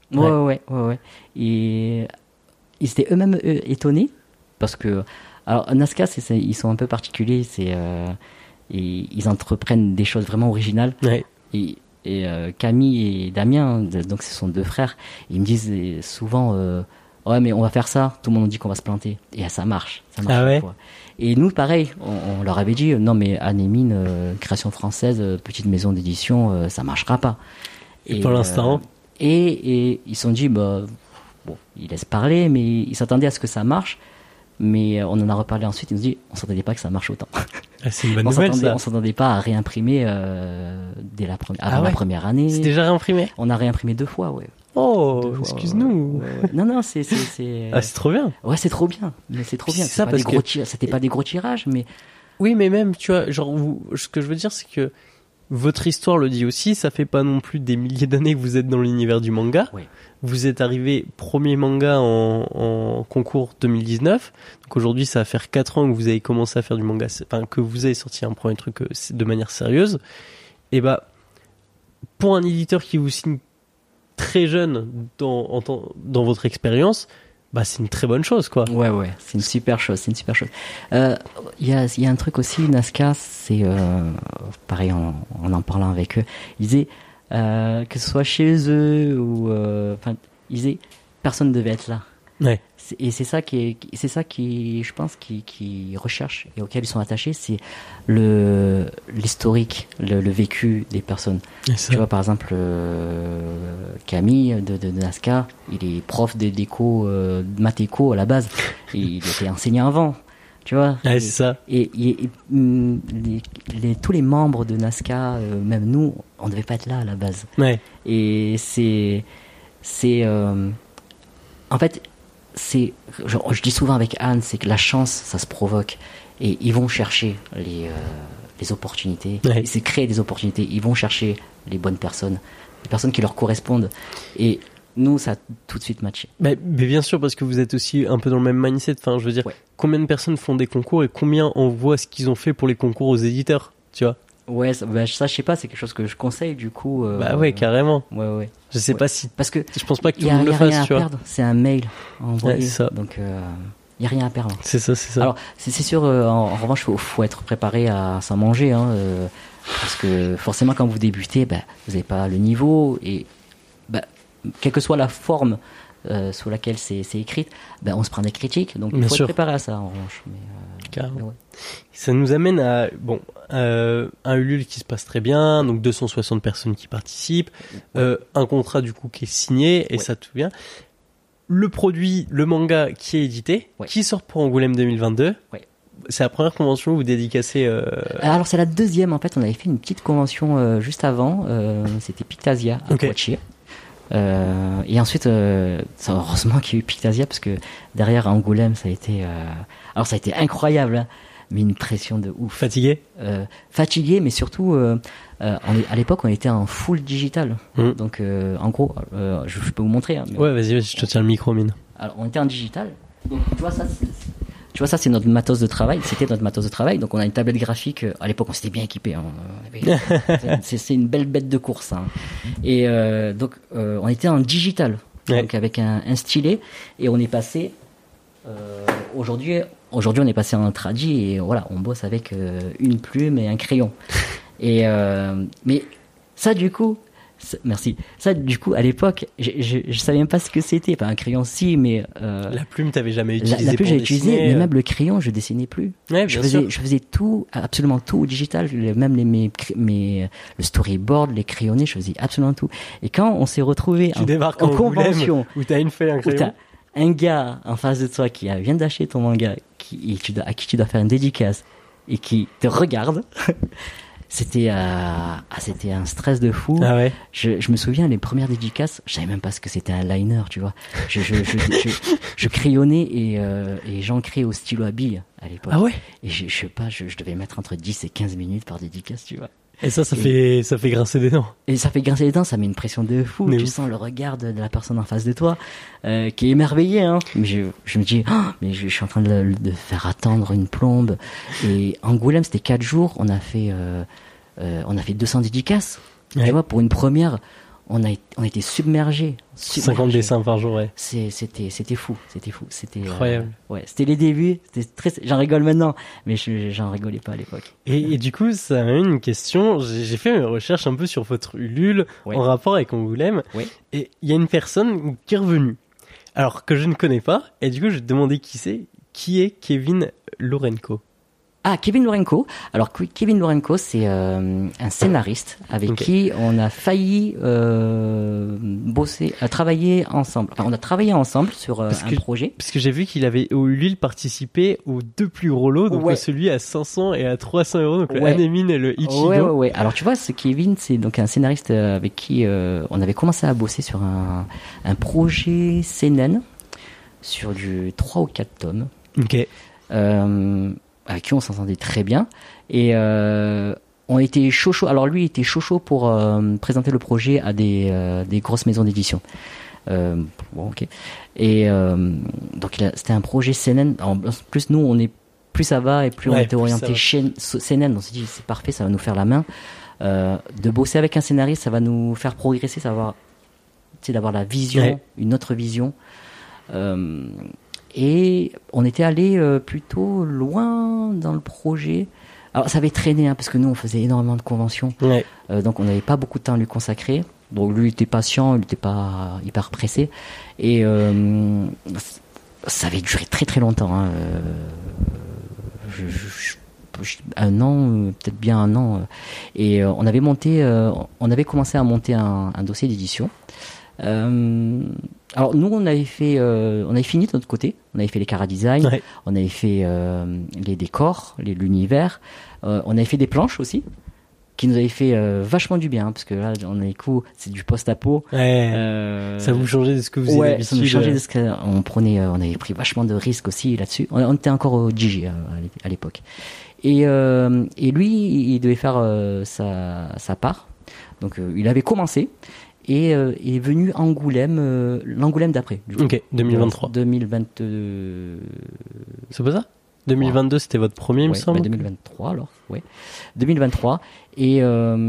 Et ils étaient eux-mêmes étonnés parce que, alors Nazca, ils sont un peu particuliers. Ils entreprennent des choses vraiment originales. Ouais. Et Camille et Damien, donc ce sont deux frères, ils me disent souvent ouais, mais on va faire ça, tout le monde dit qu'on va se planter, et ça marche ah ouais. Et nous pareil, on leur avait dit non mais Anne et Mine, création française, petite maison d'édition, ça marchera pas. Et pour l'instant et ils se sont dit bon, ils laissent parler, mais ils s'attendaient à ce que ça marche. Mais on en a reparlé ensuite, ils nous dit on s'attendait pas que ça marche autant. C'est une bonne nouvelle, ça. On s'attendait pas à réimprimer dès avant la première année. C'est déjà réimprimé? On a réimprimé 2 fois, ouais. Oh, excuse-nous. Non, c'est... Ah, c'est trop bien. Ouais, c'est trop bien. Mais c'est trop bien. C'est ça, parce que... C'était pas des gros tirages, mais... Oui, mais même, tu vois, genre, ce que je veux dire, c'est que votre histoire le dit aussi, ça fait pas non plus des milliers d'années que vous êtes dans l'univers du manga. Oui. Vous êtes arrivé premier manga en concours 2019. Donc aujourd'hui, ça va faire 4 ans que vous avez commencé à faire du manga, enfin, que vous avez sorti un premier truc de manière sérieuse. Et pour un éditeur qui vous signe très jeune dans votre expérience, c'est une très bonne chose, quoi. Ouais, c'est une super chose, Il y a un truc aussi, Nazca, c'est pareil, en parlant avec eux, ils disaient que ce soit chez eux ou ils disaient personne ne devait être là. Ouais. Et c'est ça qui je pense qui recherchent et auquel ils sont attachés, c'est l'historique, le vécu des personnes. Tu vois, par exemple, Camille de Nazca, il est prof de déco, de maths éco à la base. Et il était enseignant avant. Tu vois. Ouais, c'est ça. Et tous les membres de Nazca, même nous, on devait pas être là à la base. Ouais. Et en fait, je dis souvent avec Anne, c'est que la chance, ça se provoque. Et ils vont chercher les opportunités. Ouais. C'est créer des opportunités. Ils vont chercher les bonnes personnes, les personnes qui leur correspondent. Et nous, ça a tout de suite matché. Mais bien sûr, parce que vous êtes aussi un peu dans le même mindset. Enfin, je veux dire, combien de personnes font des concours et combien envoient ce qu'ils ont fait pour les concours aux éditeurs, tu vois? Ouais, ça, je sais pas, c'est quelque chose que je conseille du coup. Ouais, carrément. Ouais. Je sais pas si. Parce que je pense pas que tout le monde le fasse, tu vois. C'est un mail envoyé. Ouais, c'est ça. Donc il y a rien à perdre. C'est ça. Alors c'est sûr. En revanche, faut être préparé à s'en manger, parce que forcément quand vous débutez, vous n'avez pas le niveau et quelle que soit la forme sous laquelle c'est écrit, on se prend des critiques. Donc il faut être préparé à ça en revanche. Carrément. Ouais. Ça nous amène à un Ulule qui se passe très bien, donc 260 personnes qui participent, un contrat du coup qui est signé et ça tout bien. Le produit, le manga qui est édité, qui sort pour Angoulême 2022. c'est la première convention où vous dédicacez. Alors c'est la deuxième en fait. On avait fait une petite convention juste avant. C'était Pictasia à Poitiers. Et ensuite, heureusement qu'il y a eu Pictasia parce que derrière à Angoulême, ça a été incroyable, hein, mais une pression de ouf. Fatigué, mais surtout, à l'époque, on était en full digital. Donc, en gros, je peux vous montrer. Hein, ouais, vas-y, je te tiens le micro, Mine. Alors, on était en digital. Donc, tu vois, ça, c'est notre matos de travail. C'était notre matos de travail. Donc, on a une tablette graphique. À l'époque, on s'était bien équipé. Hein. C'est une belle bête de course. Hein. Et donc, on était en digital. Donc, avec un stylet. Et on est passé... Aujourd'hui, on est passé en tradi. Et voilà, on bosse avec une plume et un crayon. Et mais ça, du coup... Merci. Ça, du coup, à l'époque, je savais même pas ce que c'était. Pas un crayon, si, mais la plume, t'avais jamais utilisé. La plume, j'avais utilisé, mais même le crayon, je dessinais plus. Ouais, je faisais tout, absolument tout au digital. Même le storyboard, les crayonnés, je faisais absolument tout. Et quand on s'est retrouvé en convention, où t'as une feuille, un crayon, où t'as un gars en face de toi qui vient d'acheter ton manga, à qui tu dois faire une dédicace et qui te regarde. C'était un stress de fou. Ah ouais. Je me souviens, les premières dédicaces, je savais même pas ce que c'était un liner, tu vois. Je crayonnais et j'encrais au stylo à billes à l'époque. Ah ouais. Et je sais pas, je devais mettre entre 10 et 15 minutes par dédicace, tu vois. Et ça fait grincer des dents. Et ça fait grincer des dents, ça met une pression de fou. Tu sens le regard de la personne en face de toi, qui est émerveillée, hein. Mais je me dis, mais je suis en train de faire attendre une plombe. Et Angoulême, c'était 4 jours, on a fait 200 dédicaces. Ouais. Tu vois, pour une première, on était submergés. 50 dessins par jour, ouais. C'était fou. C'était incroyable. Ouais, c'était les débuts. J'en rigole maintenant, mais j'en rigolais pas à l'époque. Et du coup, ça m'a une question. J'ai fait mes recherches un peu sur votre Ulule en rapport avec Angoulême. Ouais. Et il y a une personne qui est revenue. Alors, que je ne connais pas. Et du coup, je vais te demander qui c'est. Qui est Kevin Lourenco? Ah, Kevin Lourenco. Alors, Kevin Lourenco, c'est un scénariste avec qui on a failli travailler ensemble. Enfin, on a travaillé ensemble sur un projet. Parce que j'ai vu qu'il avait au Ulule participé aux 2 plus gros lots, donc celui à 500 et à 300 euros, donc le Anemine et le Ichigo. Ouais. Alors, tu vois, ce Kevin, c'est donc un scénariste avec qui on avait commencé à bosser sur un projet seinen sur du 3 ou 4 tomes. Ok. Avec qui on s'entendait très bien et on était chaud. Alors lui, il était chaud pour présenter le projet à des grosses maisons d'édition. Et donc c'était un projet seinen. En plus, nous, plus ça va et plus on était orienté seinen. On s'est dit c'est parfait, ça va nous faire la main. De bosser avec un scénariste, ça va nous faire progresser, d'avoir la vision, une autre vision. Et on était allé plutôt loin dans le projet. Alors ça avait traîné, hein, parce que nous on faisait énormément de conventions, donc on n'avait pas beaucoup de temps à lui consacrer. Donc lui il était patient, il n'était pas hyper pressé, et ça avait duré très très longtemps. Hein. Un an, peut-être bien un an. Et on avait commencé à monter un dossier d'édition. Alors nous on avait fini de notre côté, on avait fait les chara-design, on avait fait les décors, l'univers, on avait fait des planches aussi qui nous avaient fait vachement du bien, hein, parce que là on a c'est du post-apo. Ça vous changeait de ce que vous avez l'habitude. Ça nous changeait de ce on avait pris vachement de risques aussi là-dessus. On était encore au Gigi à l'époque. Et lui il devait faire sa part. Donc il avait commencé. Et est venu l'Angoulême d'après. Ok, 2023. 2022. C'est pas ça 2022, c'était votre premier, il me semble. 2023 alors, 2023 et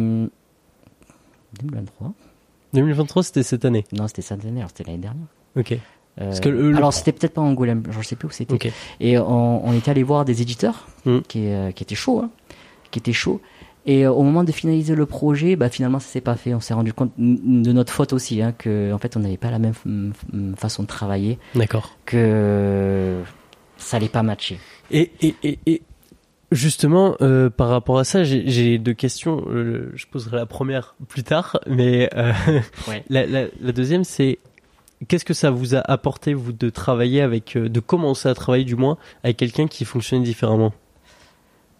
2023. 2023, c'était cette année. Non, c'était cette année. Alors c'était l'année dernière. Ok. Alors c'était peut-être pas Angoulême, je sais plus où c'était. Okay. Et on était allé voir des éditeurs qui étaient chauds, hein, Et au moment de finaliser le projet, finalement ça s'est pas fait. On s'est rendu compte de notre faute aussi, hein, que en fait on n'avait pas la même façon de travailler. D'accord. Que ça allait pas matcher. Et justement, par rapport à ça, j'ai 2 questions. Je poserai la première plus tard, mais la deuxième c'est qu'est-ce que ça vous a apporté vous de travailler de commencer à travailler du moins avec quelqu'un qui fonctionnait différemment?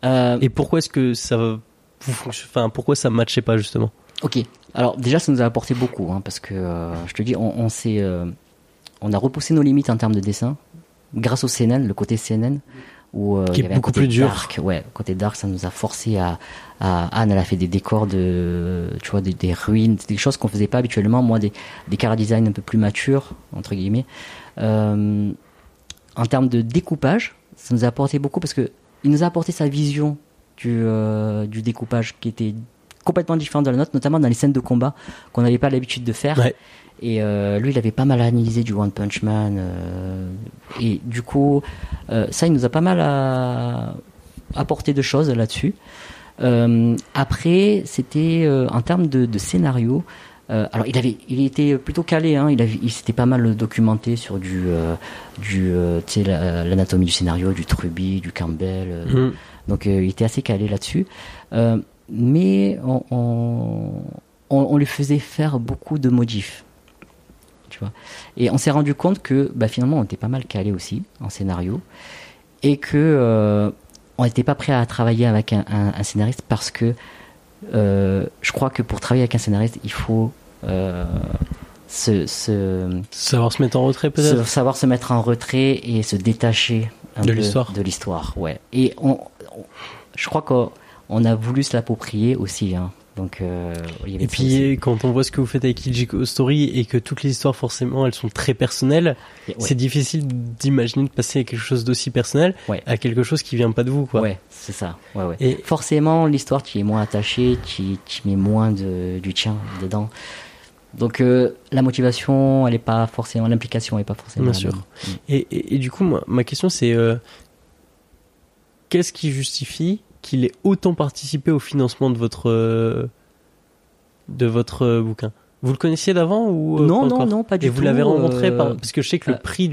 Et pourquoi est-ce que pourquoi ça matchait pas justement? Ok. Alors déjà, ça nous a apporté beaucoup, hein, parce que je te dis, on a repoussé nos limites en termes de dessin grâce au CNN, le côté CNN, où qui il y avait est beaucoup un côté plus dur. dark. Ouais, côté dark, ça nous a forcé à Anne, elle a fait des décors tu vois, des ruines, des choses qu'on faisait pas habituellement. Moi, des chara design un peu plus matures, entre guillemets. En termes de découpage, ça nous a apporté beaucoup parce que il nous a apporté sa vision du découpage qui était complètement différente de la nôtre, notamment dans les scènes de combat qu'on n'avait pas l'habitude de faire. Ouais. Et lui, il avait pas mal analysé du One Punch Man. Et du coup, ça, il nous a pas mal apporté de choses là-dessus. Après, c'était en termes de scénario. Alors, il était plutôt calé. Hein, il s'était pas mal documenté sur tu sais, l'anatomie du scénario, du Truby, du Campbell. Donc, il était assez calé là-dessus. Mais on lui faisait faire beaucoup de modifs. Tu vois. Et on s'est rendu compte que finalement on était pas mal calé aussi en scénario et que on n'était pas prêt à travailler avec un scénariste parce que je crois que pour travailler avec un scénariste il faut savoir se mettre en retrait peut-être, savoir se mettre en retrait et se détacher de l'histoire. Ouais. Et je crois qu'on a voulu se l'approprier aussi, hein. Donc, et puis quand on voit ce que vous faites avec Ichigo Story et que toutes les histoires forcément elles sont très personnelles, c'est difficile d'imaginer de passer à quelque chose d'aussi personnel à quelque chose qui vient pas de vous, quoi. Ouais, c'est ça. Ouais. Et forcément l'histoire tu y es moins attaché, tu mets moins du tien dedans. Donc la motivation elle est pas forcément, l'implication est pas forcément bien sûr. Et du coup ma question c'est qu'est-ce qui justifie qu'il ait autant participé au financement de votre bouquin? Vous le connaissiez d'avant ou non, pas du tout. Et vous l'avez rencontré parce que je sais que le prix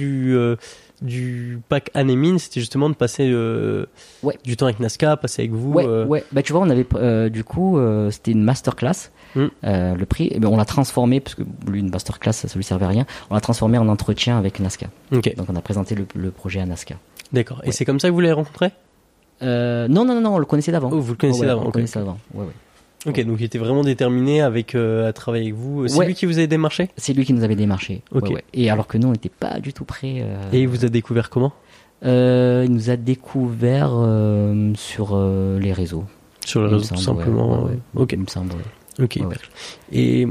du pack Anemine, c'était justement de passer du temps avec Nazca, passer avec vous. Ouais. Tu vois, on avait du coup, c'était une masterclass. Le prix, on l'a transformé parce que lui, une masterclass, ça lui servait à rien. On l'a transformé en entretien avec Nazca. Okay. Donc on a présenté le projet à Nazca. D'accord. Et c'est comme ça que vous l'avez rencontré? Non, on le connaissait d'avant. Oh, vous le connaissez d'avant. On le connaissait d'avant. Ouais. Ok, donc il était vraiment déterminé à travailler avec vous. C'est lui qui vous avait démarché? C'est lui qui nous avait démarché. Okay. Ouais. Et alors que nous, on n'était pas du tout prêts. Et il vous a découvert comment? Il nous a découvert sur les réseaux. Sur les réseaux, tout simplement. Ouais. Ok. Il me semble. Ok. Ouais. Et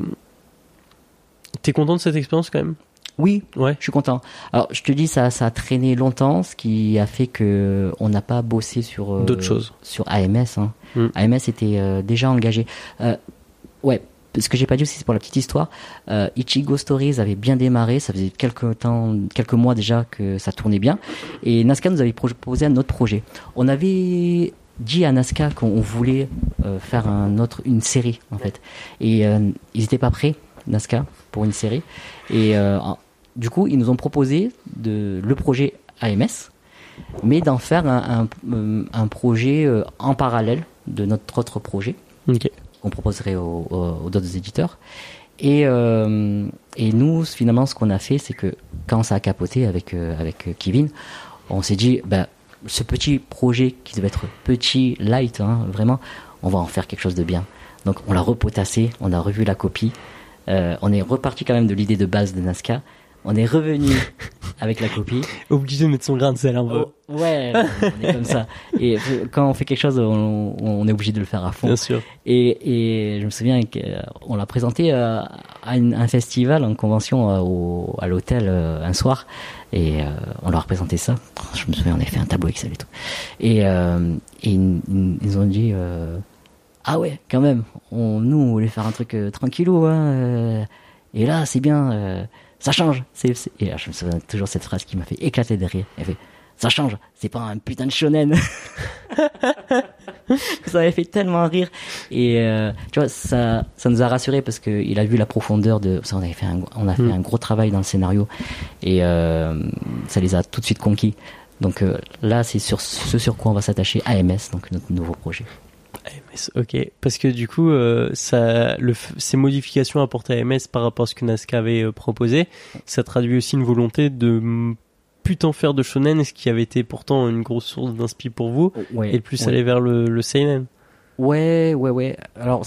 t'es content de cette expérience quand même? Oui, je suis content. Alors, je te dis, ça a traîné longtemps, ce qui a fait que on n'a pas bossé sur d'autres choses. Sur AMS. Hein. AMS était déjà engagé. Ce que j'ai pas dit aussi, c'est pour la petite histoire. Ichigo Stories avait bien démarré, ça faisait quelques mois déjà que ça tournait bien, et Nazca nous avait proposé un autre projet. On avait dit à Nazca qu'on voulait faire une série en fait, et ils étaient pas prêts, Nazca, pour une série, et du coup ils nous ont proposé le projet AMS, mais d'en faire un projet en parallèle de notre autre projet. Okay. Qu'on proposerait aux d'autres éditeurs. Et nous, finalement, ce qu'on a fait, c'est que quand ça a capoté avec Kevin, on s'est dit, ce petit projet qui devait être petit, light, hein, vraiment, on va en faire quelque chose de bien. Donc on l'a repotassé, on a revu la copie, on est reparti quand même de l'idée de base de Nazca, on est revenu avec la copie. Obligé de mettre son grain de sel un peu. Ouais, on est comme ça. Et quand on fait quelque chose, on est obligé de le faire à fond. Bien sûr. Et je me souviens qu'on l'a présenté à un festival, en convention à l'hôtel un soir. Et on leur a présenté ça. Je me souviens, on avait fait un tableau Excel et tout. Et ils ont dit... ah ouais, quand même, nous on voulait faire un truc tranquillou, hein, et là c'est bien, ça change. Et là, je me souviens toujours cette phrase qui m'a fait éclater de rire. Elle fait, ça change, c'est pas un putain de shonen. Ça m'avait fait tellement rire. Et tu vois, ça nous a rassurés parce que il a vu la profondeur de ça. On a fait un gros travail dans le scénario et ça les a tout de suite conquis. Donc là, c'est sur ce sur quoi on va s'attacher, AMS, donc notre nouveau projet. AMS, ok. Parce que du coup, ces modifications apportées à AMS par rapport à ce que Nazca avait proposé, ça traduit aussi une volonté de pu tant faire de shonen, et ce qui avait été pourtant une grosse source d'inspi pour vous, Ouais, et plus aller vers le seinen. Ouais. Alors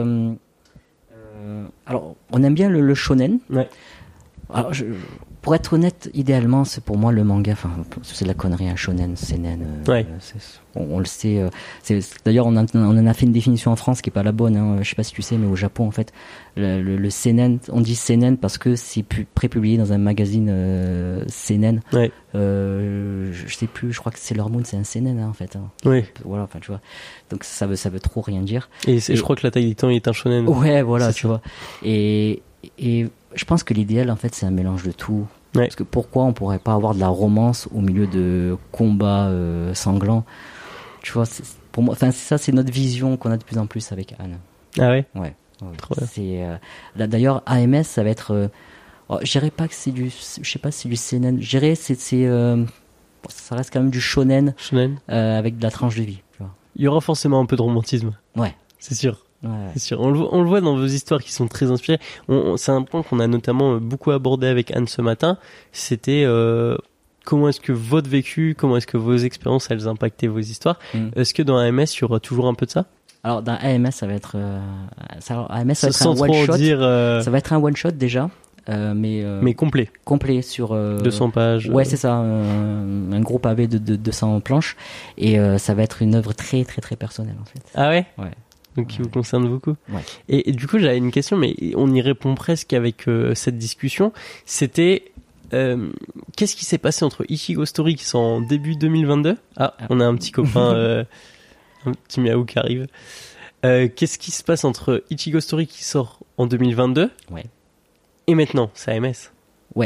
alors on aime bien le shonen. Ouais. Alors pour être honnête, idéalement, c'est pour moi le manga. Enfin, c'est de la connerie, un shonen, seinen. Ouais. On le sait. D'ailleurs, on en a fait une définition en France qui est pas la bonne. Hein. Je sais pas si tu sais, mais au Japon, en fait, le seinen, on dit seinen parce que c'est prépublié dans un magazine seinen. Ouais. Je sais plus. Je crois que Sailor Moon, c'est un seinen, hein, en fait. Hein. Oui. Voilà. Enfin, tu vois. Donc ça veut trop rien dire. Et je crois que l'Attaque des Titans est un shonen. Ouais, voilà, c'est tu vois. Et je pense que l'idéal, en fait, c'est un mélange de tout. Ouais. Parce que pourquoi on pourrait pas avoir de la romance au milieu de combats sanglants? Tu vois, pour moi, enfin, ça, c'est notre vision qu'on a de plus en plus avec Anne. Ah ouais? Ouais. Trop bien. C'est, là, d'ailleurs, AMS, ça va être, je dirais pas que c'est je sais pas si c'est du seinen. Je dirais, ça reste quand même du shonen, avec de la tranche de vie, tu vois. Il y aura forcément un peu de romantisme. Ouais. C'est sûr. Ouais. C'est sûr. On le voit dans vos histoires qui sont très inspirées. C'est un point qu'on a notamment beaucoup abordé avec Anne ce matin. C'était comment est-ce que votre vécu, comment est-ce que vos expériences, elles impactaient vos histoires. Est-ce que dans AMS, il y aura toujours un peu de ça? Alors dans AMS, ça va être AMS, ça va être sans un one shot. Ça va être un one shot déjà, mais complet. Complet sur 200 pages. Ouais, c'est ça, un gros pavé de 200 planches, et ça va être une œuvre très très très personnelle en fait. Ah ouais? Ouais. Donc qui vous concerne beaucoup. Ouais. Et du coup, j'avais une question, mais on y répond presque avec cette discussion. C'était qu'est-ce qui s'est passé entre Ichigo Story qui sort en début 2022? On a un petit copain, un petit miaou qui arrive. Qu'est-ce qui se passe entre Ichigo Story qui sort en 2022 et maintenant, c'est AMS? Ouais.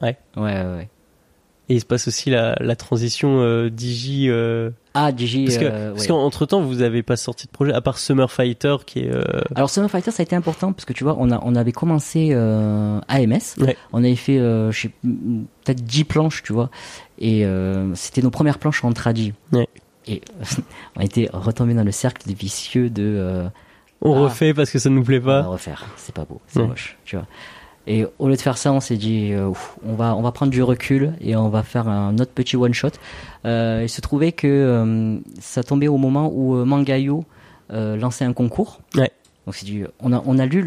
Et il se passe aussi la transition Digi. Digi. Parce qu'entre temps, vous avez pas sorti de projet à part Summer Fighter qui est. Alors Summer Fighter, ça a été important parce que tu vois, on avait commencé AMS. Ouais. On avait fait peut-être 10 planches, tu vois, et c'était nos premières planches en tradi. Ouais. Et on était retombé dans le cercle vicieux de. On refait parce que ça nous plaît pas. On va refaire, c'est pas beau, c'est moche, tu vois. Et au lieu de faire ça, on s'est dit, on va prendre du recul et on va faire un autre petit one shot. Il se trouvait que ça tombait au moment où Mangayo lançait un concours. Ouais. Donc c'est dit, on a lu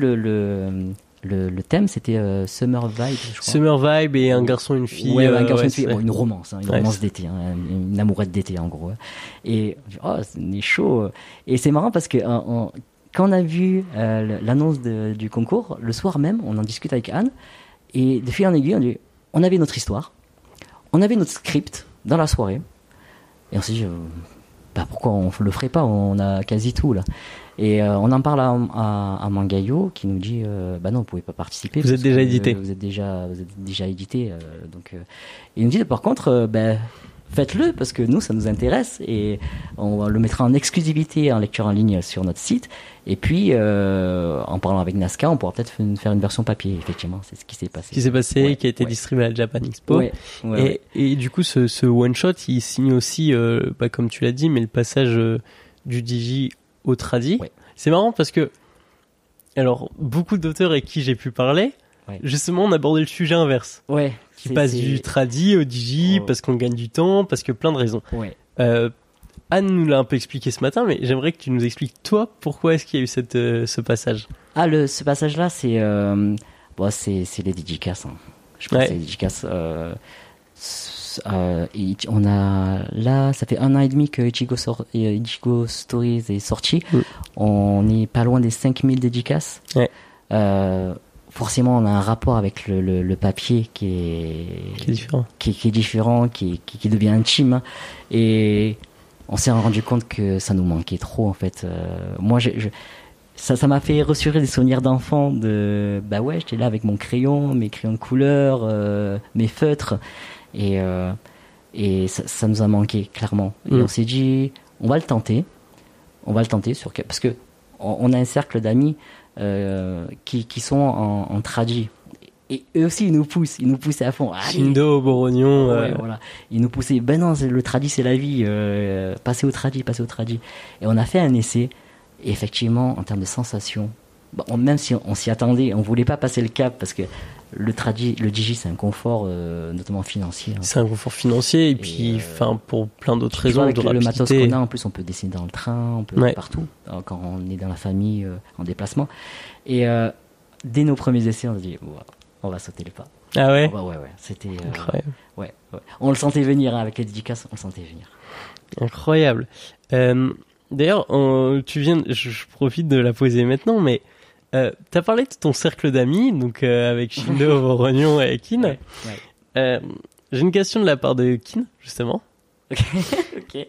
le thème, c'était Summer Vibe, je crois. Summer Vibe et un garçon, une fille. Ouais, un garçon, une fille. Bon, une romance, une romance d'été, une amourette d'été en gros. Et c'est chaud. Et c'est marrant parce que quand on a vu l'annonce du concours, le soir même, on en discute avec Anne, et de fil en aiguille, on avait notre histoire, on avait notre script dans la soirée, et on s'est dit, pourquoi on le ferait pas, on a quasi tout là. Et on en parle à Mangayo qui nous dit, non, vous pouvez pas participer. Vous êtes déjà édité. Vous êtes déjà édité, donc. Il nous dit par contre, faites-le parce que nous ça nous intéresse et on le mettra en exclusivité en lecture en ligne sur notre site, et puis en parlant avec Nazca on pourra peut-être faire une version papier. Effectivement, c'est ce qui s'est passé, qui a été distribué à la Japan Expo. Et du coup ce one shot il signe aussi comme tu l'as dit, mais le passage du Digi au tradi. C'est marrant parce que alors beaucoup d'auteurs avec qui j'ai pu parler, justement on abordait le sujet inverse. Qui passe du tradi au digi parce qu'on gagne du temps, parce que plein de raisons. Anne nous l'a un peu expliqué ce matin, mais j'aimerais que tu nous expliques toi pourquoi est-ce qu'il y a eu ce passage. Ce passage-là, c'est les dédicaces. Hein. Je pense que c'est les dédicaces. On a là, ça fait 1 an et demi que Ichigo Stories est sorti. On est pas loin des 5000 dédicaces. Forcément, on a un rapport avec le papier qui est différent, qui devient intime. Et on s'est rendu compte que ça nous manquait trop, en fait. Moi, ça m'a fait ressurgir des souvenirs d'enfant j'étais là avec mon crayon, mes crayons de couleur, mes feutres. Et ça nous a manqué, clairement. Et on s'est dit, on va le tenter parce que on a un cercle d'amis qui sont en tradi, et eux aussi ils nous poussaient à fond. Shindo, Borognon, voilà, ils nous poussaient, non, le tradi c'est la vie, passez au tradi. Et on a fait un essai, et effectivement en termes de sensations, même si on s'y attendait, on voulait pas passer le cap parce que le digi, c'est un confort, notamment financier. Hein. C'est un confort financier et puis, pour plein d'autres raisons avec de le rapidité. matos qu'on a, en plus, on peut dessiner dans le train, on peut partout, quand on est dans la famille, en déplacement. Et dès nos premiers essais, on se dit, on va sauter le pas. Ah ouais. Ouais. C'était incroyable. Ouais. On le sentait venir, hein, avec les dédicaces, on le sentait venir. Incroyable. D'ailleurs, je profite de la poser maintenant, mais t'as parlé de ton cercle d'amis, donc avec Shindo, Vorognon et Kin. Ouais. J'ai une question de la part de Kin, justement. Ok.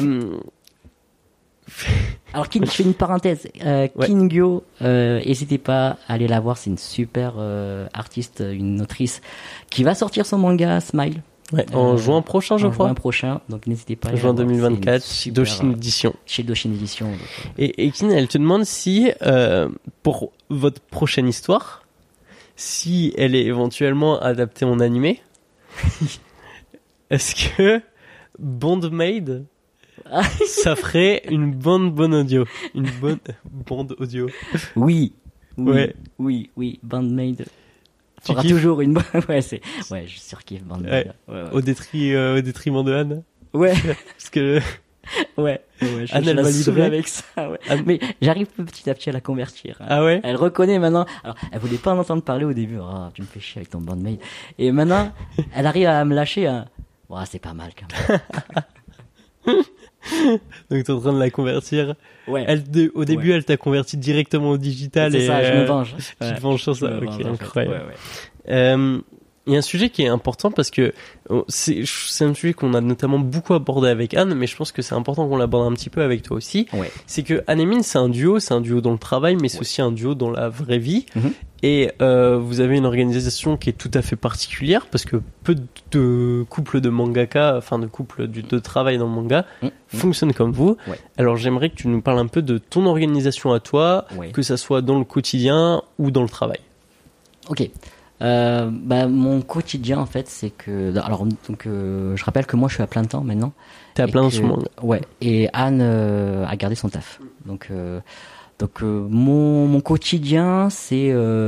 Alors Kin, je fais une parenthèse. Ouais. Kin Gyo, n'hésitez pas à aller la voir, c'est une super artiste, une autrice qui va sortir son manga Smile. Ouais, en juin prochain, je crois. En juin prochain, donc n'hésitez pas à aller juin la voir. 2024, chez Doshin Edition. Chez Doshin Edition. Donc, Et Kin, elle te demande si, pour votre prochaine histoire, si elle est éventuellement adaptée en animé, est-ce que Bondmaid, ça ferait une bonne audio, une bonne bande audio? Oui, Bandmaid. Tu auras toujours une bonne. Je surkiffe Bandmaid. Ouais. Au détriment de Anne. Ouais. Parce que. Anne, elle validerait avec ça. Ouais. Mais j'arrive petit à petit à la convertir. Hein. Ah ouais. Elle reconnaît maintenant. Alors, elle voulait pas en entendre parler au début. Oh, tu me fais chier avec ton Bandmaid. Et maintenant, elle arrive à me lâcher. Hein. C'est pas mal quand même. Donc t'es en train de la convertir. Ouais. Au début, elle t'a converti directement au digital. C'est ça, je me venge. Tu te venges sur ça. Ok, incroyable. Ouais. Il y a un sujet qui est important parce que c'est un sujet qu'on a notamment beaucoup abordé avec Anne, mais je pense que c'est important qu'on l'aborde un petit peu avec toi aussi. Ouais. C'est que Anne et Mine, c'est un duo dans le travail, mais c'est aussi un duo dans la vraie vie. Mm-hmm. Et vous avez une organisation qui est tout à fait particulière parce que peu de couples de mangaka, enfin de couples de travail dans le manga, fonctionnent comme vous. Ouais. Alors j'aimerais que tu nous parles un peu de ton organisation à toi, que ça soit dans le quotidien ou dans le travail. Ok. Mon quotidien en fait c'est que je rappelle que moi je suis à plein temps maintenant. T'es à plein temps sur le manga. Ouais. Et Anne a gardé son taf. Donc mon quotidien c'est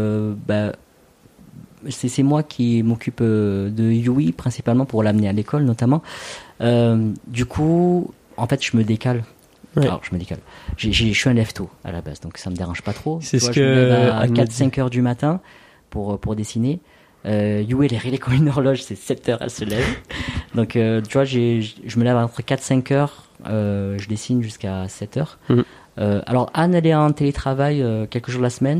moi qui m'occupe de Yui principalement pour l'amener à l'école notamment. Du coup en fait je me décale. Ouais. Alors je me décale. Je suis un lève-tôt à la base donc ça me dérange pas trop. C'est ce je me lève à 4-5 heures du matin. Pour dessiner. Yui, elle est réglée comme une horloge, c'est 7 heures, elle se lève. Donc, tu vois, je me lève entre 4-5 heures, je dessine jusqu'à 7 heures. Alors, Anne, elle est en télétravail quelques jours de la semaine.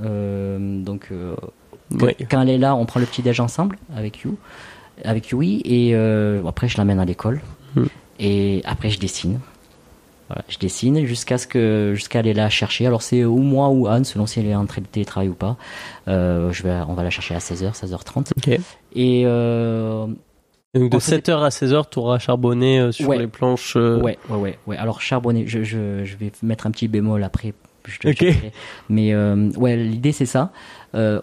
Quand elle est là, on prend le petit-déj ensemble avec Yui. Et après, je l'amène à l'école. Et après, je dessine. Voilà, je dessine jusqu'à aller la chercher. Alors c'est ou moi ou Anne, selon si elle est en télétravail ou pas. On va la chercher à 16h, 16h30. Okay. Et donc de 7h à 16h, tu auras charbonné sur les planches. Ouais. Alors charbonner, je vais mettre un petit bémol après. Mais l'idée c'est ça. L'un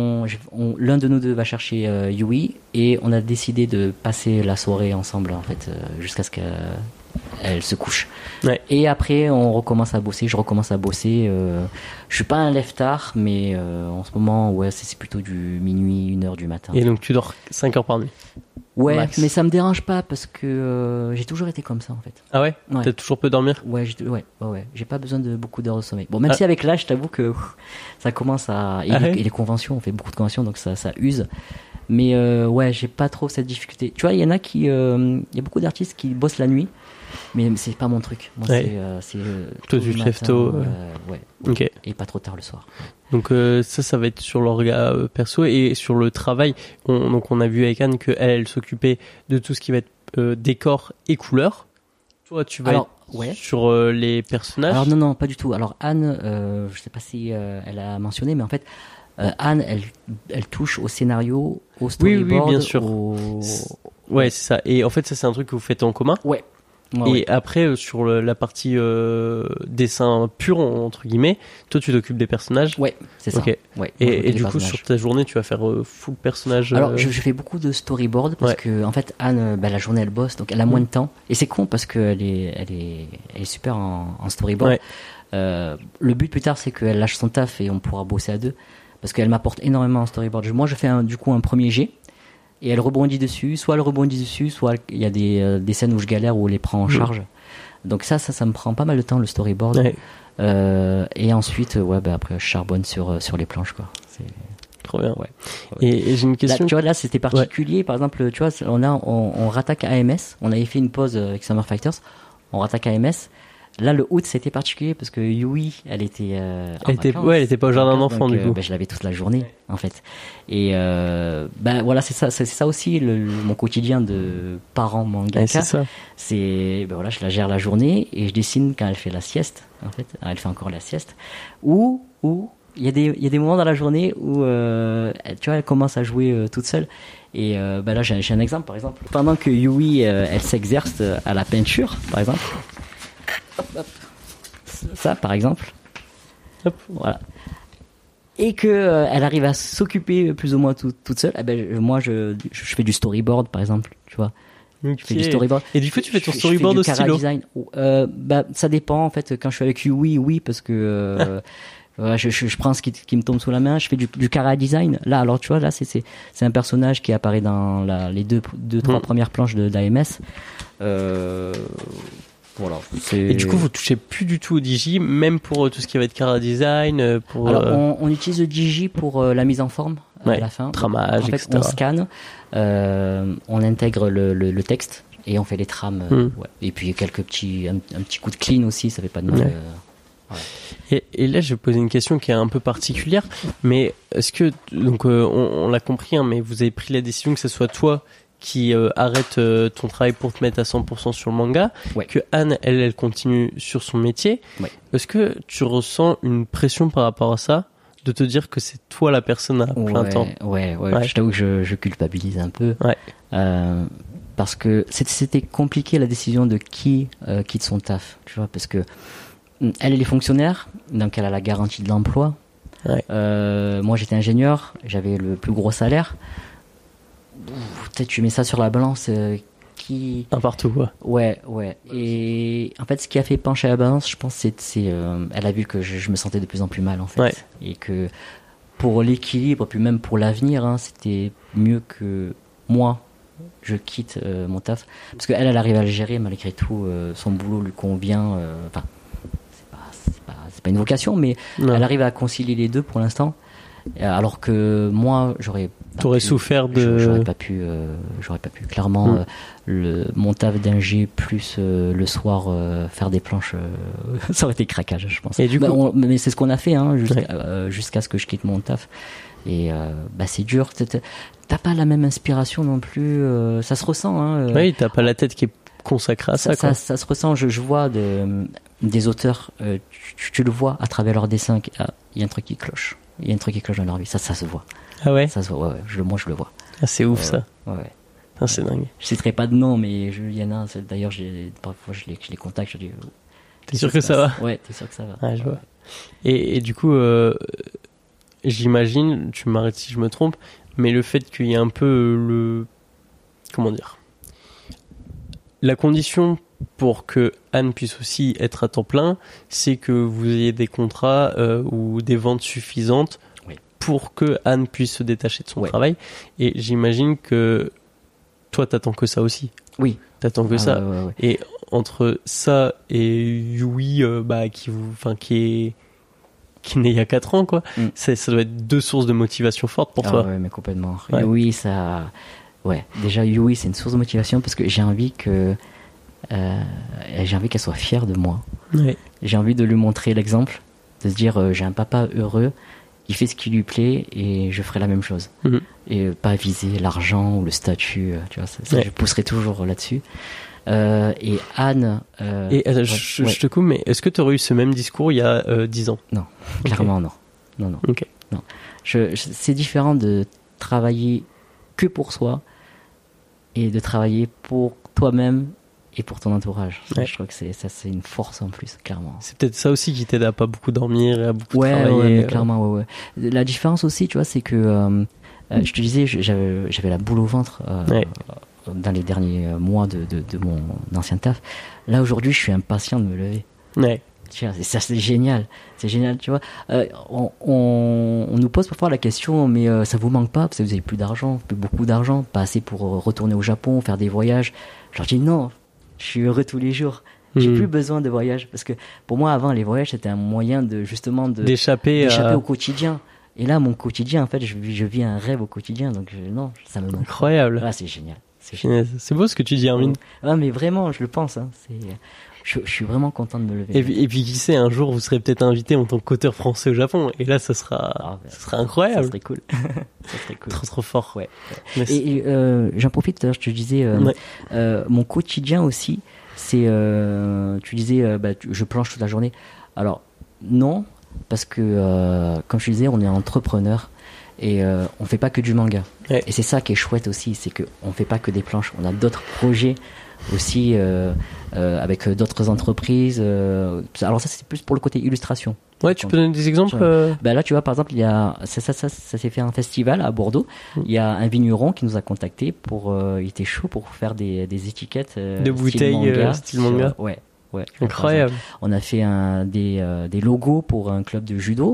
de nous deux va chercher Yui et on a décidé de passer la soirée ensemble en fait jusqu'à ce qu'elle se couche. Ouais. Et après on recommence à bosser, je recommence à bosser. Je suis pas un lève-tard, mais en ce moment c'est plutôt du minuit, 1h du matin. Et donc tu dors 5 heures par nuit? Ouais, max. Mais ça me dérange pas parce que j'ai toujours été comme ça en fait. Ah ouais? T'as toujours peu dormir? Ouais. J'ai pas besoin de beaucoup d'heures de sommeil. Bon, même si avec l'âge, je t'avoue que ça commence à... Et les conventions, on fait beaucoup de conventions, donc ça use. Mais j'ai pas trop cette difficulté. Tu vois, il y en a qui... Il y a beaucoup d'artistes qui bossent la nuit, mais c'est pas mon truc. Moi, c'est toi, tu te lèves tôt. Okay. Et pas trop tard le soir. Donc ça va être sur l'orga perso et sur le travail. On a vu avec Anne qu'elle s'occupait de tout ce qui va être décor et couleurs. Toi, tu vas être sur les personnages. Alors non, pas du tout. Alors Anne, je sais pas si elle a mentionné, mais en fait, Anne, elle touche au scénario, au storyboard. Oui, bien sûr. Ouais, c'est ça. Et en fait, ça, c'est un truc que vous faites en commun. Ouais. Et après, sur la partie dessin pur, entre guillemets, toi, tu t'occupes des personnages. Ouais, c'est ça. Okay. Ouais, et du coup, sur ta journée, tu vas faire full personnage. Alors, je fais beaucoup de storyboard parce que, en fait, Anne, la journée, elle bosse, donc elle a moins de temps. Et c'est con parce qu'elle est super en storyboard. Le but plus tard, c'est qu'elle lâche son taf et on pourra bosser à deux. parce qu'elle m'apporte énormément en storyboard. Moi, je fais du coup un premier jet et elle rebondit dessus. Soit elle rebondit dessus, soit il y a des scènes où je galère où elle les prend en charge. Donc ça me prend pas mal de temps le storyboard. Ouais. Et ensuite, après je charbonne sur les planches, quoi. C'est trop bien. Ouais. Et j'ai une question. Là, tu vois, là c'était particulier. Ouais. Par exemple, tu vois, on rattaque AMS. On avait fait une pause avec Summer Fighters. On rattaque AMS. Là, le août, c'était particulier parce que Yui, elle était elle était pas au jardin d'enfants, du coup. Je l'avais toute la journée, en fait. Et voilà, c'est ça aussi mon quotidien de parent mangaka. C'est ça. C'est je la gère la journée et je dessine quand elle fait la sieste, en fait. Elle fait encore la sieste. Ou il y a des moments dans la journée où tu vois, elle commence à jouer toute seule. Et là, j'ai un exemple, par exemple. Pendant que Yui, elle s'exerce à la peinture, par exemple. Hop. Ça, par exemple. Hop. Voilà. Et que elle arrive à s'occuper plus ou moins toute seule. Moi, je fais du storyboard, par exemple. Tu vois. Okay. Je fais du storyboard. Et du coup, tu fais ton storyboard au stylo. Design. Ça dépend en fait. Quand je suis avec Yui, oui, parce que je prends ce qui me tombe sous la main. Je fais du chara design. Là, alors tu vois, là c'est un personnage qui apparaît dans les trois premières planches d'AMS. Voilà. Et du coup, vous touchez plus du tout au Digi, même pour tout ce qui va être chara design. Alors, on utilise le Digi pour la mise en forme à la fin. Tramage, en fait, etc. on scanne, on intègre le texte et on fait les trames. Ouais. Et puis quelques un petit coup de clean aussi, ça fait pas de mal. Ouais. Et là, je vais poser une question qui est un peu particulière, mais est-ce que donc on l'a compris, hein, mais vous avez pris la décision que ce soit toi qui arrête ton travail pour te mettre à 100% sur le manga, que Anne, elle continue sur son métier. Ouais. Est-ce que tu ressens une pression par rapport à ça, de te dire que c'est toi la personne à plein temps? Ouais. Je t'avoue que je culpabilise un peu. Ouais. Parce que c'était compliqué la décision de qui quitte son taf, tu vois, parce que elle est fonctionnaire, donc elle a la garantie de l'emploi. Ouais. Moi, j'étais ingénieur, j'avais le plus gros salaire. Peut-être tu mets ça sur la balance qui un partout, quoi. Ouais. Et en fait, ce qui a fait pencher la balance, je pense, c'est elle a vu que je me sentais de plus en plus mal, en fait, et que pour l'équilibre, puis même pour l'avenir, hein, c'était mieux que moi je quitte mon taf, parce qu'elle arrive à le gérer malgré tout, son boulot lui convient. Enfin, c'est pas une vocation, mais elle arrive à concilier les deux pour l'instant. Alors que moi, t'aurais souffert de. J'aurais pas pu clairement mon taf d'ingé plus le soir faire des planches, ça aurait été craquage, je pense. Et du coup, mais c'est ce qu'on a fait, hein, jusqu'à ce que je quitte mon taf. Et c'est dur. T'as pas la même inspiration non plus. Ça se ressent. Hein, oui, t'as pas la tête qui est consacrée à ça. Ça se ressent. Je vois des auteurs. Tu le vois à travers leurs dessins. Il y a un truc qui cloche. Il y a un truc qui cloche dans leur vie. Ça se voit. Ah ouais? Ça se voit, ouais. Moi, je le vois. Ah, c'est ouf, ça. Ouais. Ah, c'est dingue. Je citerai pas de nom, mais il y en a. D'ailleurs, parfois, je les contacte. Je dis. T'es sûr que ça va? Ouais, t'es sûr que ça va. Ah, je vois. Et du coup, j'imagine, tu m'arrêtes si je me trompe, mais le fait qu'il y ait un peu comment dire? La condition pour que Anne puisse aussi être à temps plein, c'est que vous ayez des contrats ou des ventes suffisantes pour que Anne puisse se détacher de son travail. Et j'imagine que toi, t'attends que ça aussi. Oui. T'attends que ça. Ouais. Et entre ça et Yui, qui est né il y a 4 ans, quoi. Ça doit être 2 sourses de motivation fortes pour toi. Ouais, mais complètement. Ouais. Yui, ça... Ouais, déjà Yui, c'est une source de motivation parce que j'ai envie qu'elle soit fière de moi. Ouais. J'ai envie de lui montrer l'exemple, de se dire j'ai un papa heureux, il fait ce qui lui plaît et je ferai la même chose. Et pas viser l'argent ou le statut, tu vois, ça je pousserai toujours là-dessus. Et Anne... je te coupe, mais est-ce que tu aurais eu ce même discours il y a 10 ans? Non, clairement non. Okay. Non. C'est différent de travailler que pour soi et de travailler pour toi-même et pour ton entourage. Je trouve que c'est une force en plus, clairement. C'est peut-être ça aussi qui t'aide à pas beaucoup dormir et à beaucoup travailler. Ouais, mais clairement, ouais. La différence aussi, tu vois, c'est que je te disais, j'avais la boule au ventre dans les derniers mois de mon ancien taf. Là, aujourd'hui, je suis impatient de me lever. Ouais. Ça, c'est génial. C'est génial, tu vois. On nous pose parfois la question, mais ça vous manque pas parce que vous avez plus d'argent, plus beaucoup d'argent, pas assez pour retourner au Japon, faire des voyages. Je leur dis non, je suis heureux tous les jours. J'ai plus besoin de voyages parce que pour moi avant les voyages c'était un moyen de justement d'échapper au quotidien. Et là mon quotidien en fait je vis un rêve au quotidien donc non ça me manque. Incroyable. Ah, c'est génial. C'est beau ce que tu dis Hermine. Ah mais vraiment je le pense hein. Je suis vraiment content de me lever. Et puis qui sait, un jour vous serez peut-être invité en tant qu'auteur français au Japon et là ça sera incroyable. Ça serait cool. Ça serait cool. Trop fort. Ouais. Et j'en profite, je te disais mon quotidien aussi c'est tu disais je planche toute la journée. Alors non parce que comme je disais on est entrepreneur et on fait pas que du manga. Ouais. Et c'est ça qui est chouette aussi, c'est que on fait pas que des planches, on a d'autres projets aussi avec d'autres entreprises. Alors ça c'est plus pour le côté illustration. Ouais, tu peux donner des exemples Là tu vois par exemple il y a ça s'est fait un festival à Bordeaux. Il y a un vigneron qui nous a contacté pour il était chaud pour faire des étiquettes de bouteilles style manga. Ouais. Incroyable. On a fait des logos pour un club de judo.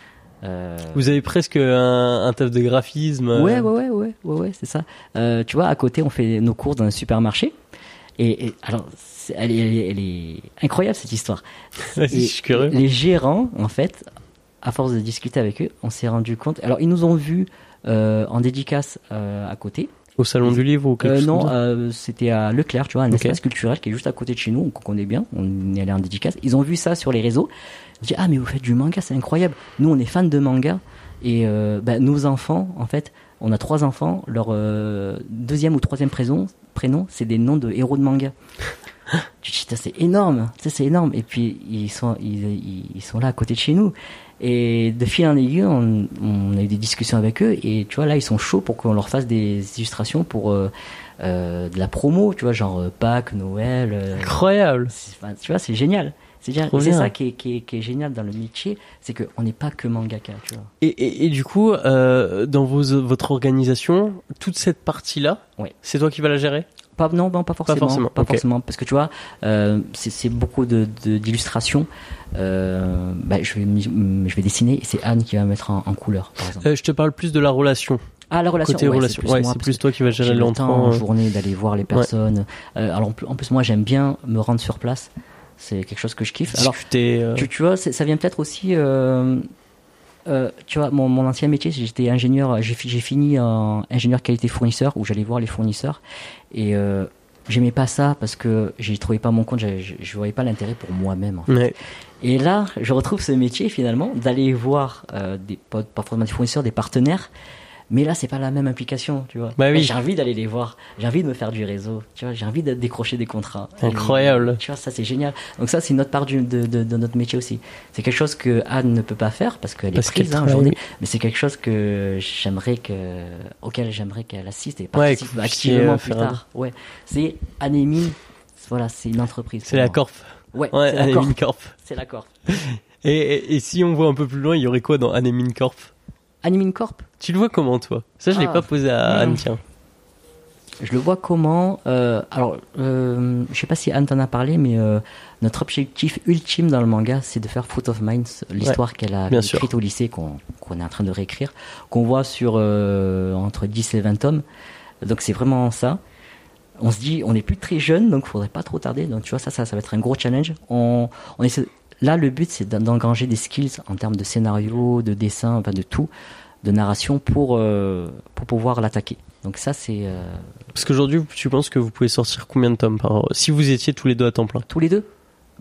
Vous avez presque un taf de graphisme. Ouais, c'est ça. Tu vois, à côté, on fait nos courses dans un supermarché. Et alors, elle est incroyable cette histoire. Je suis curieux. Les gérants, en fait, à force de discuter avec eux, on s'est rendu compte. Alors, ils nous ont vus en dédicace à côté. Au salon du livre ou quelque chose comme ça. Non, c'était à Leclerc, tu vois, un espace culturel qui est juste à côté de chez nous, qu'on connaît bien. On est allé en dédicace. Ils ont vu ça sur les réseaux. Ils ont dit, ah, mais vous faites du manga, c'est incroyable. Nous, on est fans de manga. Et nos enfants, en fait, on a 3 enfants. Leur deuxième ou troisième prénom, c'est des noms de héros de manga. Tu dis, c'est énorme. C'est énorme. Et puis, ils sont là à côté de chez nous. Et de fil en aiguille, on a eu des discussions avec eux. Et tu vois, là, ils sont chauds pour qu'on leur fasse des illustrations pour de la promo, tu vois, genre Pâques, Noël. Incroyable. Tu vois, c'est génial. C'est ça qui est génial dans le métier, c'est qu'on n'est pas que mangaka, tu vois. Et du coup, dans votre organisation, toute cette partie-là, c'est toi qui vas la gérer ? Pas forcément. Pas forcément, parce que tu vois, c'est beaucoup d'illustrations. Je vais dessiner et c'est Anne qui va mettre en couleur, par exemple. Je te parle plus de la relation. Ah, la relation. Côté relation. C'est plus toi qui vas gérer l'entrant. En journée d'aller voir les personnes. Alors en plus, moi, j'aime bien me rendre sur place. C'est quelque chose que je kiffe. Alors, tu vois, ça vient peut-être aussi. Tu vois, mon ancien métier, j'étais ingénieur. J'ai fini en ingénieur qualité fournisseur où j'allais voir les fournisseurs et j'aimais pas ça parce que j'y trouvais pas mon compte. Je voyais pas l'intérêt pour moi-même. En fait. Ouais. Et là, je retrouve ce métier finalement d'aller voir pas forcément des fournisseurs, des partenaires. Mais là, c'est pas la même implication, tu vois. Bah oui. J'ai envie d'aller les voir. J'ai envie de me faire du réseau. Tu vois, j'ai envie de décrocher des contrats. Incroyable. Tu vois, ça, c'est génial. Donc ça, c'est une autre part de notre métier aussi. C'est quelque chose que Anne ne peut pas faire parce qu'elle est prise en journée. Mais c'est quelque chose auquel j'aimerais qu'elle assiste et participe activement plus tard. Ouais. C'est Anémine. Voilà, c'est une entreprise. C'est la Corp. Ouais, c'est Anémine Corp. C'est la Corp. Et si on voit un peu plus loin, il y aurait quoi dans Anémine Corp? Anémine Corp. Tu le vois comment, toi? Ça, je l'ai pas posé à Anne, tiens. Je le vois comment je sais pas si Anne t'en a parlé, mais notre objectif ultime dans le manga, c'est de faire Fruit of Minds, l'histoire qu'elle a écrite au lycée, qu'on est en train de réécrire, qu'on voit sur entre 10 et 20 tomes. Donc c'est vraiment ça. On se dit, on n'est plus très jeune, donc il faudrait pas trop tarder. Donc tu vois, ça va être un gros challenge. On essaie. Là, le but, c'est d'engranger des skills en termes de scénario, de dessin, enfin de tout, de narration pour pouvoir l'attaquer. Donc ça, c'est... Parce qu'aujourd'hui, tu penses que vous pouvez sortir combien de tomes par an si vous étiez tous les deux à temps plein? Tous les deux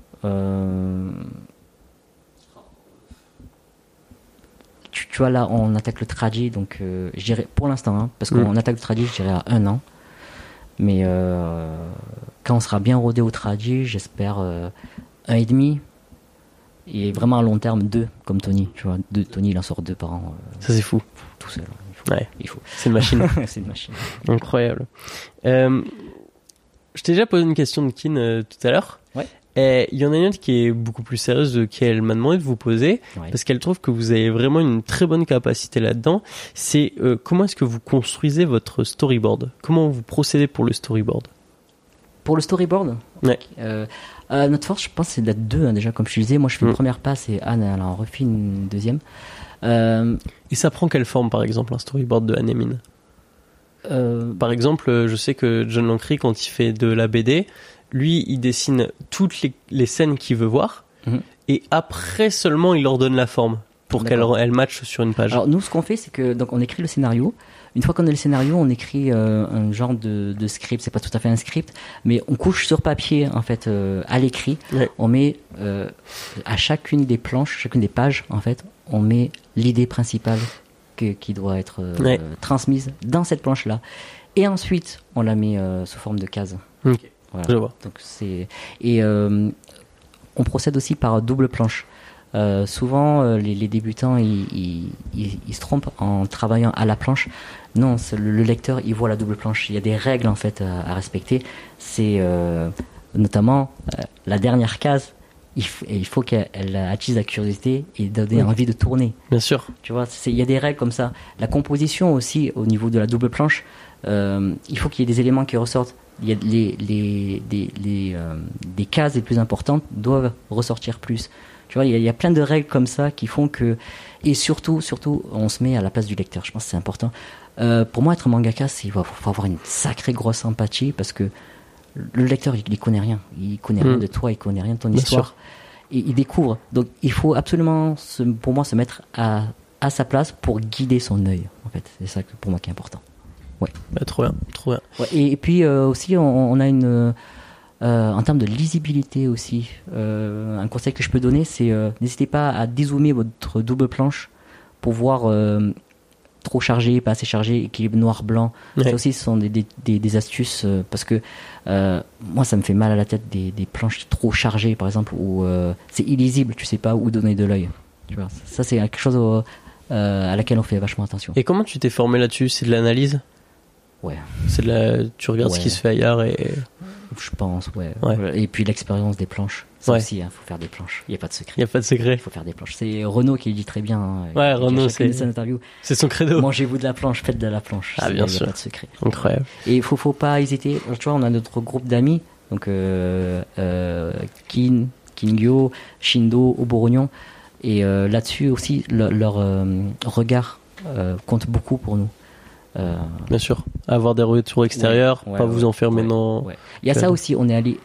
tu vois, là, on attaque le tradi, donc je dirais, pour l'instant, parce qu'on attaque le tradi, je dirais à 1 an. Mais quand on sera bien rodé au tradi, j'espère 1 et demi. Et vraiment à long terme 2, comme Tony, tu vois. Tony, il en sort 2 par an. Ça, c'est fou. Tout seul. Il faut. C'est une machine. C'est une machine. Incroyable. Je t'ai déjà posé une question de Kin tout à l'heure. Ouais. Et il y en a une autre qui est beaucoup plus sérieuse qu'elle m'a demandé de vous poser, parce qu'elle trouve que vous avez vraiment une très bonne capacité là-dedans. C'est comment est-ce que vous construisez votre storyboard? Comment vous procédez pour le storyboard? Pour le storyboard, Ouais. notre force, je pense, c'est d'être deux, hein, déjà, comme je te disais. Moi, je fais une première passe et Anne, elle en refait une deuxième. Et ça prend quelle forme, par exemple, un storyboard de Anne et Mine? Par exemple, je sais que John Lancry, quand il fait de la BD, lui, il dessine toutes les scènes qu'il veut voir, et après seulement, il leur donne la forme pour qu'elle matche sur une page. Alors, nous, ce qu'on fait, c'est que donc on écrit le scénario. Une fois qu'on a le scénario, on écrit un genre de script. C'est pas tout à fait un script, mais on couche sur papier, en fait, à l'écrit. Ouais. On met à chacune des planches, chacune des pages, en fait, on met l'idée principale qui doit être transmise dans cette planche-là. Et ensuite, on la met sous forme de case. Ok. Voilà. Je vois. Donc et on procède aussi par double planche. Souvent, les débutants, ils se trompent en travaillant à la planche. Non, le lecteur, il voit la double planche. Il y a des règles en fait à respecter. C'est notamment la dernière case. Il faut qu'elle attise la curiosité et donner envie de tourner. Bien sûr. Tu vois, il y a des règles comme ça. La composition aussi, au niveau de la double planche, il faut qu'il y ait des éléments qui ressortent. Il y a des cases les plus importantes doivent ressortir plus. Tu vois, il y a plein de règles comme ça qui font que... Et surtout, on se met à la place du lecteur. Je pense que c'est important. Pour moi, être mangaka, il faut avoir une sacrée grosse empathie parce que le lecteur, il connaît rien. Il connaît rien de toi, il connaît rien de ton histoire. Sûr. Et il découvre. Donc, il faut absolument, pour moi, se mettre à sa place pour guider son œil. En fait, c'est ça pour moi qui est important. Ouais. Bah, trop bien. Ouais, et puis aussi, on a une... en termes de lisibilité aussi, un conseil que je peux donner, c'est n'hésitez pas à dézoomer votre double planche pour voir trop chargé, pas assez chargé, équilibre noir-blanc. Ouais. Ça aussi, ce sont des astuces parce que moi, ça me fait mal à la tête des planches trop chargées, par exemple, où c'est illisible, tu sais pas où donner de l'œil. Tu vois, ça, c'est quelque chose à laquelle on fait vachement attention. Et comment tu t'es formé là-dessus? C'est de l'analyse? Ouais. Tu regardes ce qui se fait ailleurs et... Je pense, ouais. Et puis l'expérience des planches. Ça aussi, faut faire des planches. Il n'y a pas de secret. Il n'y a pas de secret. Il faut faire des planches. C'est Renaud qui le dit très bien. Hein. Ouais, Renaud, c'est son credo. Mangez-vous de la planche, faites de la planche. Ah, bien sûr. Il n'y a pas de secret. Incroyable. Et il faut pas hésiter. Tu vois, on a notre groupe d'amis. Donc, Kingyo, Shindo, Oborognon. Et là-dessus aussi, leur regard compte beaucoup pour nous. Bien sûr, avoir des retours extérieurs, pas vous enfermer dans... Il y a ça aussi, on est allé...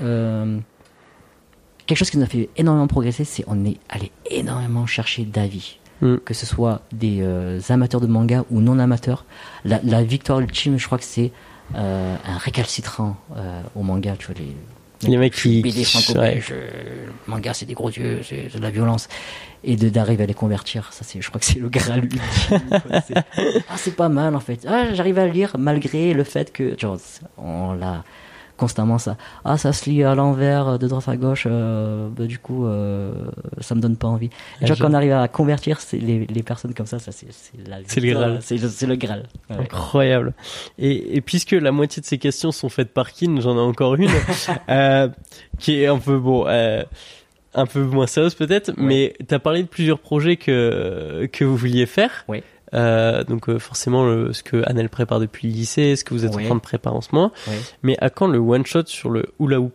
quelque chose qui nous a fait énormément progresser, c'est on est allé énormément chercher d'avis. Que ce soit des amateurs de manga ou non amateurs. La victoire ultime, je crois que c'est un récalcitrant au manga, tu vois, les mecs qui... BD franco-belge, manga c'est des gros yeux, c'est de la violence. Et d'arriver à les convertir, ça je crois que c'est le Graal ultime. C'est pas mal en fait. J'arrive à le lire malgré le fait que, genre, on l'a constamment ça. Ça se lit à l'envers, de droite à gauche, du coup, ça me donne pas envie. Et genre, quand on arrive à convertir les personnes comme ça c'est le Graal. C'est le Graal. Ouais. Incroyable. Et puisque la moitié de ces questions sont faites par Kin, j'en ai encore une, qui est un peu un peu moins sérieuse peut-être, mais tu as parlé de plusieurs projets que vous vouliez faire. Oui. Donc forcément ce que Annelle prépare depuis le lycée, ce que vous êtes en train de préparer en ce moment. Oui. Mais à quand le one shot sur le hula hoop?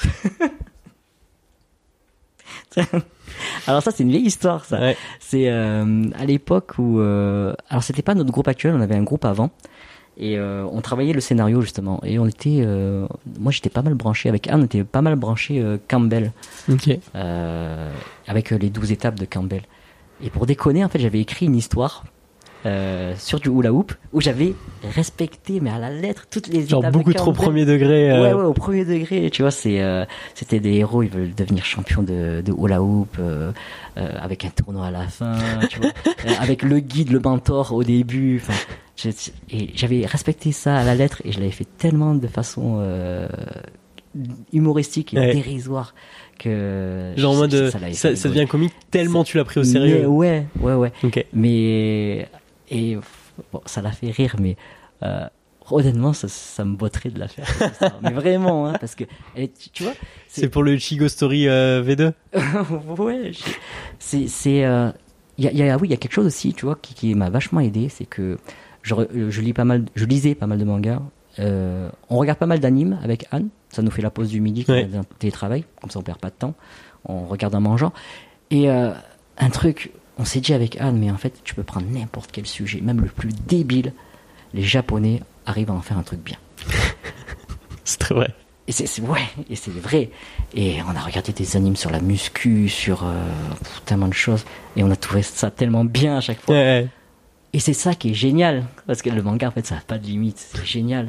Alors ça c'est une vieille histoire ça. Ouais. C'est à l'époque où alors c'était pas notre groupe actuel, on avait un groupe avant. Et on travaillait le scénario justement et on était moi j'étais pas mal branché avec Anne, on était pas mal branché Campbell. Okay. Avec les 12 étapes de Campbell. Et pour déconner en fait j'avais écrit une histoire sur du hula hoop où j'avais respecté mais à la lettre toutes les genre étapes beaucoup de trop premier degré. Ouais au premier degré, tu vois, c'était des héros, ils veulent devenir champions de hula hoop avec un tournoi à la fin, tu vois, avec le guide, le mentor au début, enfin et j'avais respecté ça à la lettre et je l'avais fait tellement de façon humoristique et dérisoire que genre en mode ça devient comique tellement tu l'as pris au sérieux. Ouais. Okay. Mais et bon, ça l'a fait rire, mais honnêtement ça me botterait de la faire mais vraiment hein, parce que tu vois c'est pour le Chigo Story V2. Ouais, il y a quelque chose aussi, tu vois, qui m'a vachement aidé, c'est que je lisais pas mal de mangas On regarde pas mal d'animes avec Anne. Ça nous fait la pause du midi quand on est en télétravail. Comme ça, on perd pas de temps. On regarde en mangeant. Et un truc, on s'est dit avec Anne, mais en fait, tu peux prendre n'importe quel sujet, même le plus débile. Les Japonais arrivent à en faire un truc bien. C'est très vrai. Et c'est vrai. Et on a regardé des animes sur la muscu, sur tellement de choses. Et on a trouvé ça tellement bien à chaque fois. Ouais. Et c'est ça qui est génial. Parce que le manga, en fait, ça n'a pas de limite. C'est génial.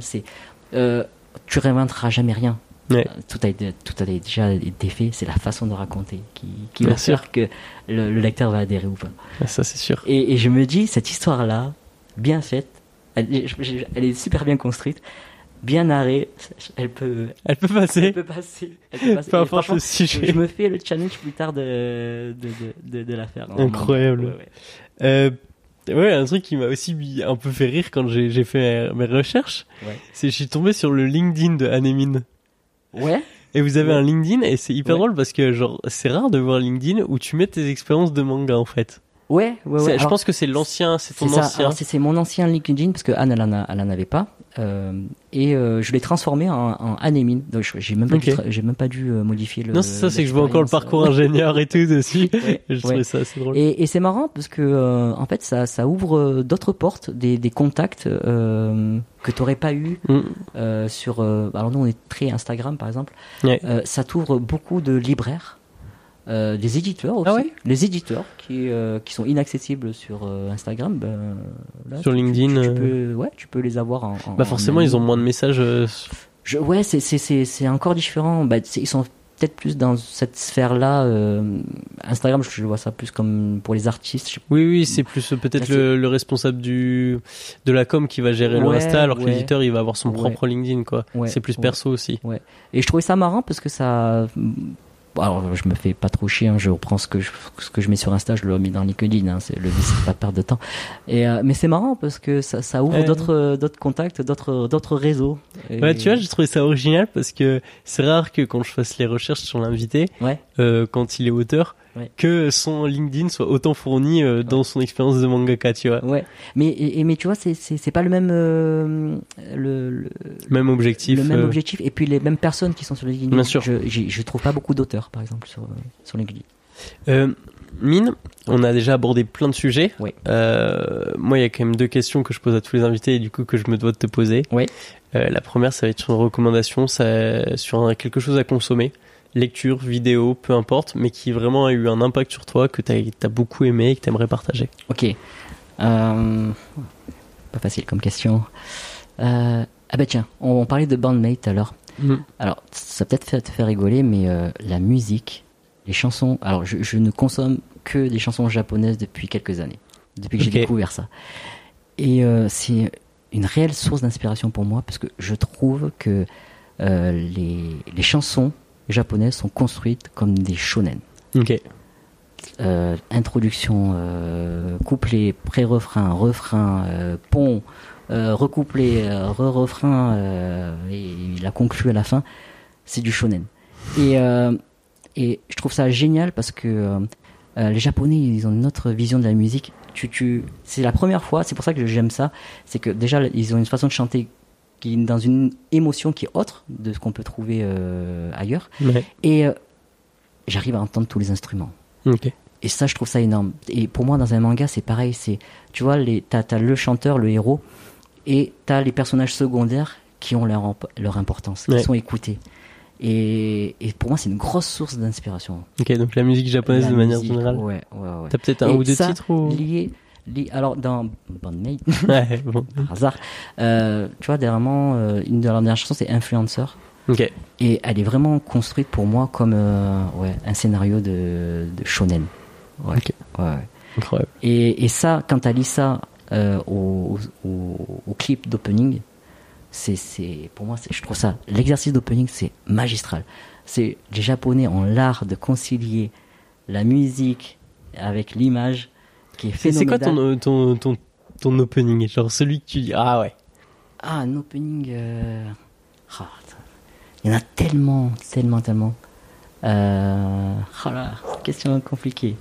Tu réinventeras jamais rien. Ouais. Tout a déjà été fait. C'est la façon de raconter qui va faire que le lecteur va adhérer ou pas. Ça, c'est sûr. Et je me dis, cette histoire-là, bien faite, elle est super bien construite. Bien narrée, elle peut passer. Peu importe le sujet. Je me fais le challenge plus tard de la faire. Incroyable. Ouais, un truc qui m'a aussi un peu fait rire quand j'ai fait mes recherches, c'est que je suis tombé sur le LinkedIn de Anemine. Ouais. Et vous avez un LinkedIn et c'est hyper drôle parce que genre c'est rare de voir LinkedIn où tu mets tes expériences de manga en fait. Ouais. Je pense que c'est l'ancien, c'est ton ancien. Alors c'est mon ancien LinkedIn parce que Anne elle en avait pas. Je l'ai transformé en Anemine. Donc j'ai même pas dû modifier le. Non, c'est ça, c'est que je vois encore le parcours ingénieur et tout dessus. Je trouvais ça assez drôle. Et c'est marrant parce que en fait ça ouvre d'autres portes, des contacts que t'aurais pas eu sur. Alors nous on est très Instagram par exemple. Ça t'ouvre beaucoup de libraires. Des éditeurs aussi. Ah ouais, les éditeurs qui sont inaccessibles sur Instagram, là, sur LinkedIn, tu peux les avoir en forcément ils ont moins de messages. C'est encore différent. Ils sont peut-être plus dans cette sphère-là. Instagram, je vois ça plus comme pour les artistes. Oui, c'est plus peut-être le responsable de la com qui va gérer le Insta, alors que l'éditeur il va avoir son propre LinkedIn quoi. C'est plus perso aussi. Et je trouvais ça marrant parce que ça. Alors, je me fais pas trop chier, je reprends ce que je mets sur Insta, je le remets dans LinkedIn, c'est le but, c'est pas perdre de temps. Mais c'est marrant parce que ça ouvre d'autres contacts, d'autres réseaux. Tu vois, j'ai trouvé ça original parce que c'est rare que quand je fasse les recherches sur l'invité, quand il est auteur, que son LinkedIn soit autant fourni dans son expérience de mangaka, tu vois. Mais tu vois, c'est pas le même même objectif. Le même objectif et puis les mêmes personnes qui sont sur LinkedIn. Bien sûr. Je trouve pas beaucoup d'auteurs par exemple sur LinkedIn. Mine, on a déjà abordé plein de sujets. Moi, il y a quand même 2 questions que je pose à tous les invités et du coup que je me dois de te poser. La première, ça va être une recommandation sur quelque chose à consommer. Lecture, vidéo, peu importe, mais qui vraiment a eu un impact sur toi, que t'as beaucoup aimé et que t'aimerais partager. Ok. Pas facile comme question. Tiens, on parlait de Bandmate tout à l'heure. Alors, ça va peut-être te faire rigoler, mais la musique, les chansons... Alors, je ne consomme que des chansons japonaises depuis quelques années, depuis que j'ai découvert ça. Et c'est une réelle source d'inspiration pour moi, parce que je trouve que les chansons japonaises sont construites comme des shonen. Introduction, couplet, pré-refrain, refrain, pont, recouplet, refrain, et il a conclu à la fin. C'est du shonen. Et je trouve ça génial parce que les Japonais, ils ont une autre vision de la musique. C'est la première fois, c'est pour ça que j'aime ça, c'est que déjà ils ont une façon de chanter qui est dans une émotion qui est autre de ce qu'on peut trouver ailleurs. Et j'arrive à entendre tous les instruments. Et ça, je trouve ça énorme. Et pour moi, dans un manga, c'est pareil. Tu vois, t'as le chanteur, le héros, et t'as les personnages secondaires qui ont leur importance, qui sont écoutés. Et pour moi, c'est une grosse source d'inspiration. Donc la musique japonaise de manière générale. T'as peut-être un ou deux titres alors dans Bandmate, par hasard, tu vois, vraiment, une de leurs dernières chansons, c'est Influencer. Et elle est vraiment construite pour moi comme un scénario de shonen. Incroyable. Et ça, quand tu lis ça au clip d'opening, pour moi, je trouve ça, l'exercice d'opening, c'est magistral. Les Japonais ont l'art de concilier la musique avec l'image qui est phénoménal. C'est quoi ton opening, genre celui que tu dis un opening il y en a tellement question compliquée.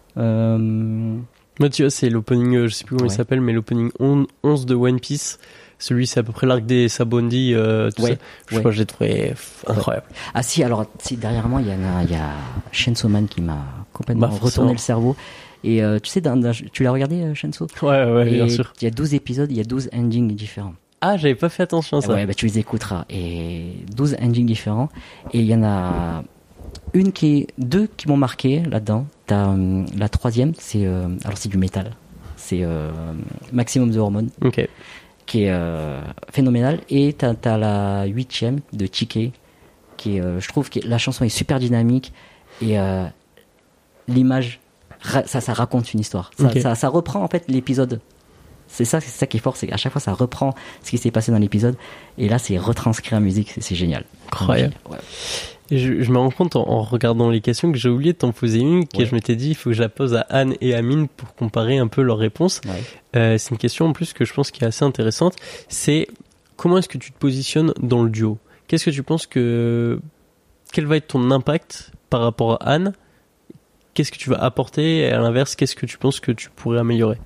Moi tu vois, c'est l'opening, je sais plus comment il s'appelle, mais l'opening 11 de One Piece, Celui, c'est à peu près l'arc des Sabondi, tout ça. Je sais pas, j'ai trouvé incroyable. Ah si, alors si derrière moi il y a Chainsaw Man qui m'a complètement retourné le cerveau. Et tu sais, tu l'as regardé Chainsaw? Ouais, bien sûr. Il y a 12 épisodes, il y a 12 endings différents. Ah, j'avais pas fait attention à ça. Ouais, bah tu les écouteras. Et 12 endings différents. Et il y en a deux qui m'ont marqué là-dedans. T'as la troisième, c'est alors c'est du métal. C'est Maximum the Hormone. Ok. Qui est phénoménal. Et t'as la 8e de Chike, qui est, je trouve que la chanson est super dynamique et l'image, ça raconte une histoire. Ça reprend en fait l'épisode. C'est ça qui est fort, c'est qu'à chaque fois ça reprend ce qui s'est passé dans l'épisode et là c'est retranscrit en musique, c'est génial. Incroyable. Ouais. Et je me rends compte en regardant les questions que j'ai oublié de t'en poser une, que je m'étais dit il faut que je la pose à Anne et Amine pour comparer un peu leurs réponses. Ouais. C'est une question en plus que je pense qui est assez intéressante, c'est comment est-ce que tu te positionnes dans le duo? Qu'est-ce que tu penses quel va être ton impact par rapport à Anne? Qu'est-ce que tu vas apporter et à l'inverse, qu'est-ce que tu penses que tu pourrais améliorer?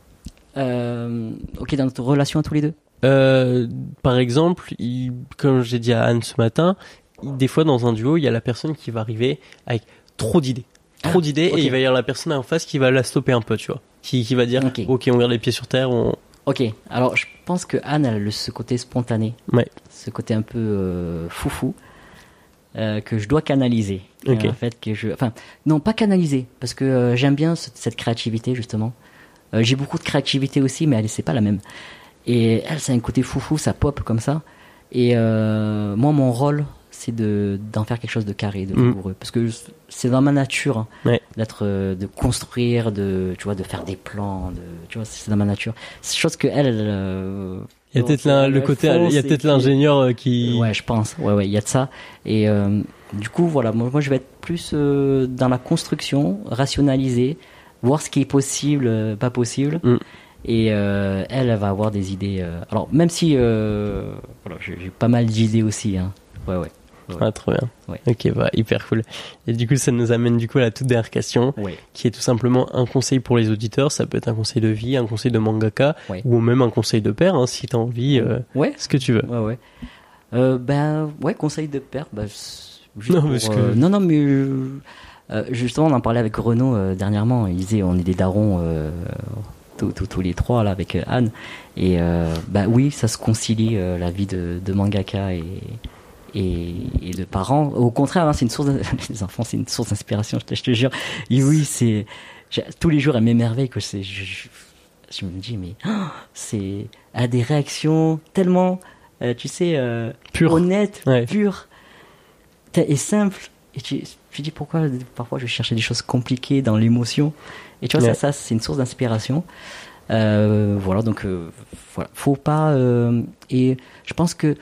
Ok, dans notre relation à tous les deux. Par exemple, comme j'ai dit à Anne ce matin, des fois dans un duo, il y a la personne qui va arriver avec trop d'idées, et il va y avoir la personne en face qui va la stopper un peu, tu vois, qui va dire ok, on garde les pieds sur terre. Ok, alors je pense que Anne a ce côté spontané, ce côté un peu foufou. Que je dois canaliser. En fait, non, pas canaliser, parce que j'aime bien cette créativité justement. J'ai beaucoup de créativité aussi, mais c'est pas la même. Et elle, c'est un côté foufou, ça pop comme ça. Et moi, mon rôle, c'est d'en faire quelque chose de carré, de rigoureux, parce que c'est dans ma nature de construire, de faire des plans, tu vois, c'est dans ma nature. C'est chose que elle. Il y a peut-être l'ingénieur qui. Ouais, je pense. Ouais, il y a de ça. Et du coup, voilà, moi, je vais être plus dans la construction, rationaliser, voir ce qui est possible, pas possible. Et elle va avoir des idées. Alors, même si j'ai pas mal d'idées aussi. Hein. Ouais. Ah, trop bien. Ouais. Ok, hyper cool. Et du coup, ça nous amène à la toute dernière question, qui est tout simplement un conseil pour les auditeurs. Ça peut être un conseil de vie, un conseil de mangaka, ou même un conseil de père, hein, si t'as envie, ce que tu veux. Conseil de père, justement, on en parlait avec Renaud dernièrement. Il disait, on est des darons tous les trois là avec Anne. Et oui, ça se concilie la vie de mangaka et de parents. Au contraire, hein, c'est une source les enfants, c'est une source d'inspiration, je te jure. Et oui, tous les jours elle m'émerveille que je me dis mais c'est à des réactions tellement pure, honnêtes, pures et simples. Et tu dis pourquoi parfois je cherchais des choses compliquées dans l'émotion. Et tu vois, ça c'est une source d'inspiration. Donc faut pas et je pense que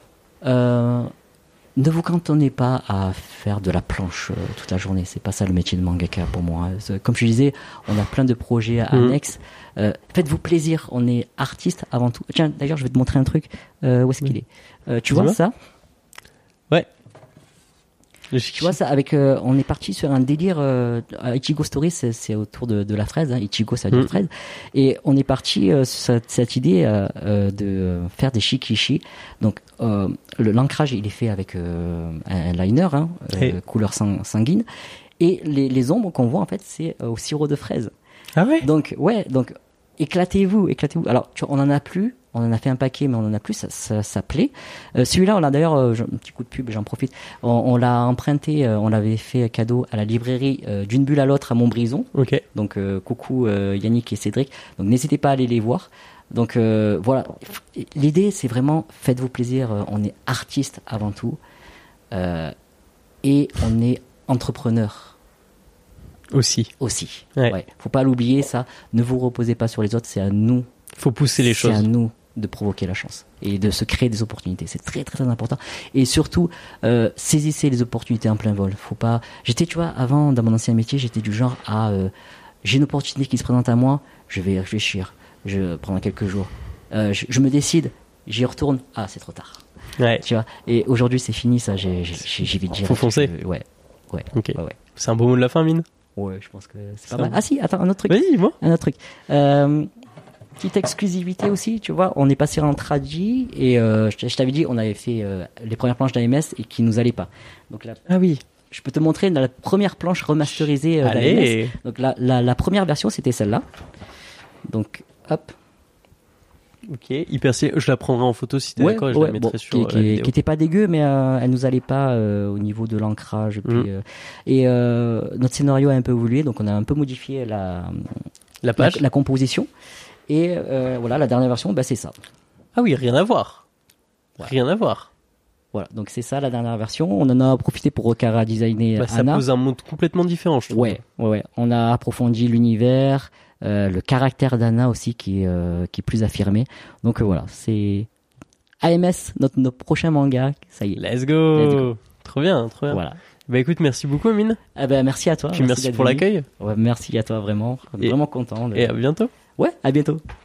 ne vous cantonnez pas à faire de la planche toute la journée. C'est pas ça le métier de mangaka pour moi. Comme je disais, on a plein de projets annexes. Faites-vous plaisir. On est artiste avant tout. Tiens, d'ailleurs, je vais te montrer un truc. Où est-ce qu'il est Tu vois ça? Ouais. Tu vois ça avec on est parti sur un délire Ichigo Story, c'est autour de la fraise, hein. Ichigo ça veut dire fraise, et on est parti sur cette idée de faire des shikishi. Donc l'ancrage il est fait avec un liner couleur sanguine, et les ombres qu'on voit en fait c'est au sirop de fraise. Ah ouais. Donc éclatez-vous. Alors on en a plus. On en a fait un paquet, mais on en a plus, ça plaît. Celui-là, on a d'ailleurs, un petit coup de pub, j'en profite. On l'a emprunté, on l'avait fait cadeau à la librairie d'une bulle à l'autre à Montbrison. Ok. Donc, coucou Yannick et Cédric. Donc, n'hésitez pas à aller les voir. Donc, voilà. L'idée, c'est vraiment, faites-vous plaisir. On est artiste avant tout. Et on est entrepreneur. Aussi. Ouais. Faut pas l'oublier, ça. Ne vous reposez pas sur les autres, c'est à nous. Faut pousser les choses. C'est à nous de provoquer la chance et de se créer des opportunités. C'est très très très important. Et surtout, saisissez les opportunités en plein vol. Faut pas. Tu vois, avant dans mon ancien métier, j'étais du genre à j'ai une opportunité qui se présente à moi, je vais y réfléchir. Pendant quelques jours, je me décide, j'y retourne. Ah, c'est trop tard. Ouais. Tu vois. Et aujourd'hui, c'est fini ça. J'y vais direct. Faut foncer. Ouais. Ok. Ouais. C'est un beau mot de la fin, Mine. Ouais, je pense que c'est pas mal. Ah si, attends, un autre truc. Vas-y, dis-moi. Un autre truc. petite exclusivité aussi, tu vois. On est passé en tradi et je t'avais dit, on avait fait les premières planches d'AMS et qui nous allaient pas. Donc là, Ah oui. je peux te montrer la première planche remasterisée d'AMS. Allez. Donc la première version, c'était celle-là. Donc, hop. Ok, hyper stylé. Je la prendrai en photo si t'es d'accord, je la mettrai sur la vidéo. Qui était pas dégueu, mais elle nous allait pas au niveau de l'ancrage. Et notre scénario a un peu évolué, donc on a un peu modifié La page. la composition. Et voilà, la dernière version, bah, c'est ça. Ah oui, rien à voir. Ouais. Rien à voir. Voilà, donc c'est ça la dernière version. On en a profité pour recara-designer Bah, ça Anna. pose un monde complètement différent, je trouve. Ouais. On a approfondi l'univers, le caractère d'Anna aussi qui est plus affirmé. Donc voilà, c'est AMS, notre prochain manga. Ça y est. Let's go. Trop bien, trop bien. Voilà. Bah écoute, merci beaucoup, Amine. Eh ben, merci à toi. Puis merci d'être pour venu. l'accueil. Ouais, merci à toi, vraiment. Et- Vraiment content. Et à bientôt. Ouais, à bientôt.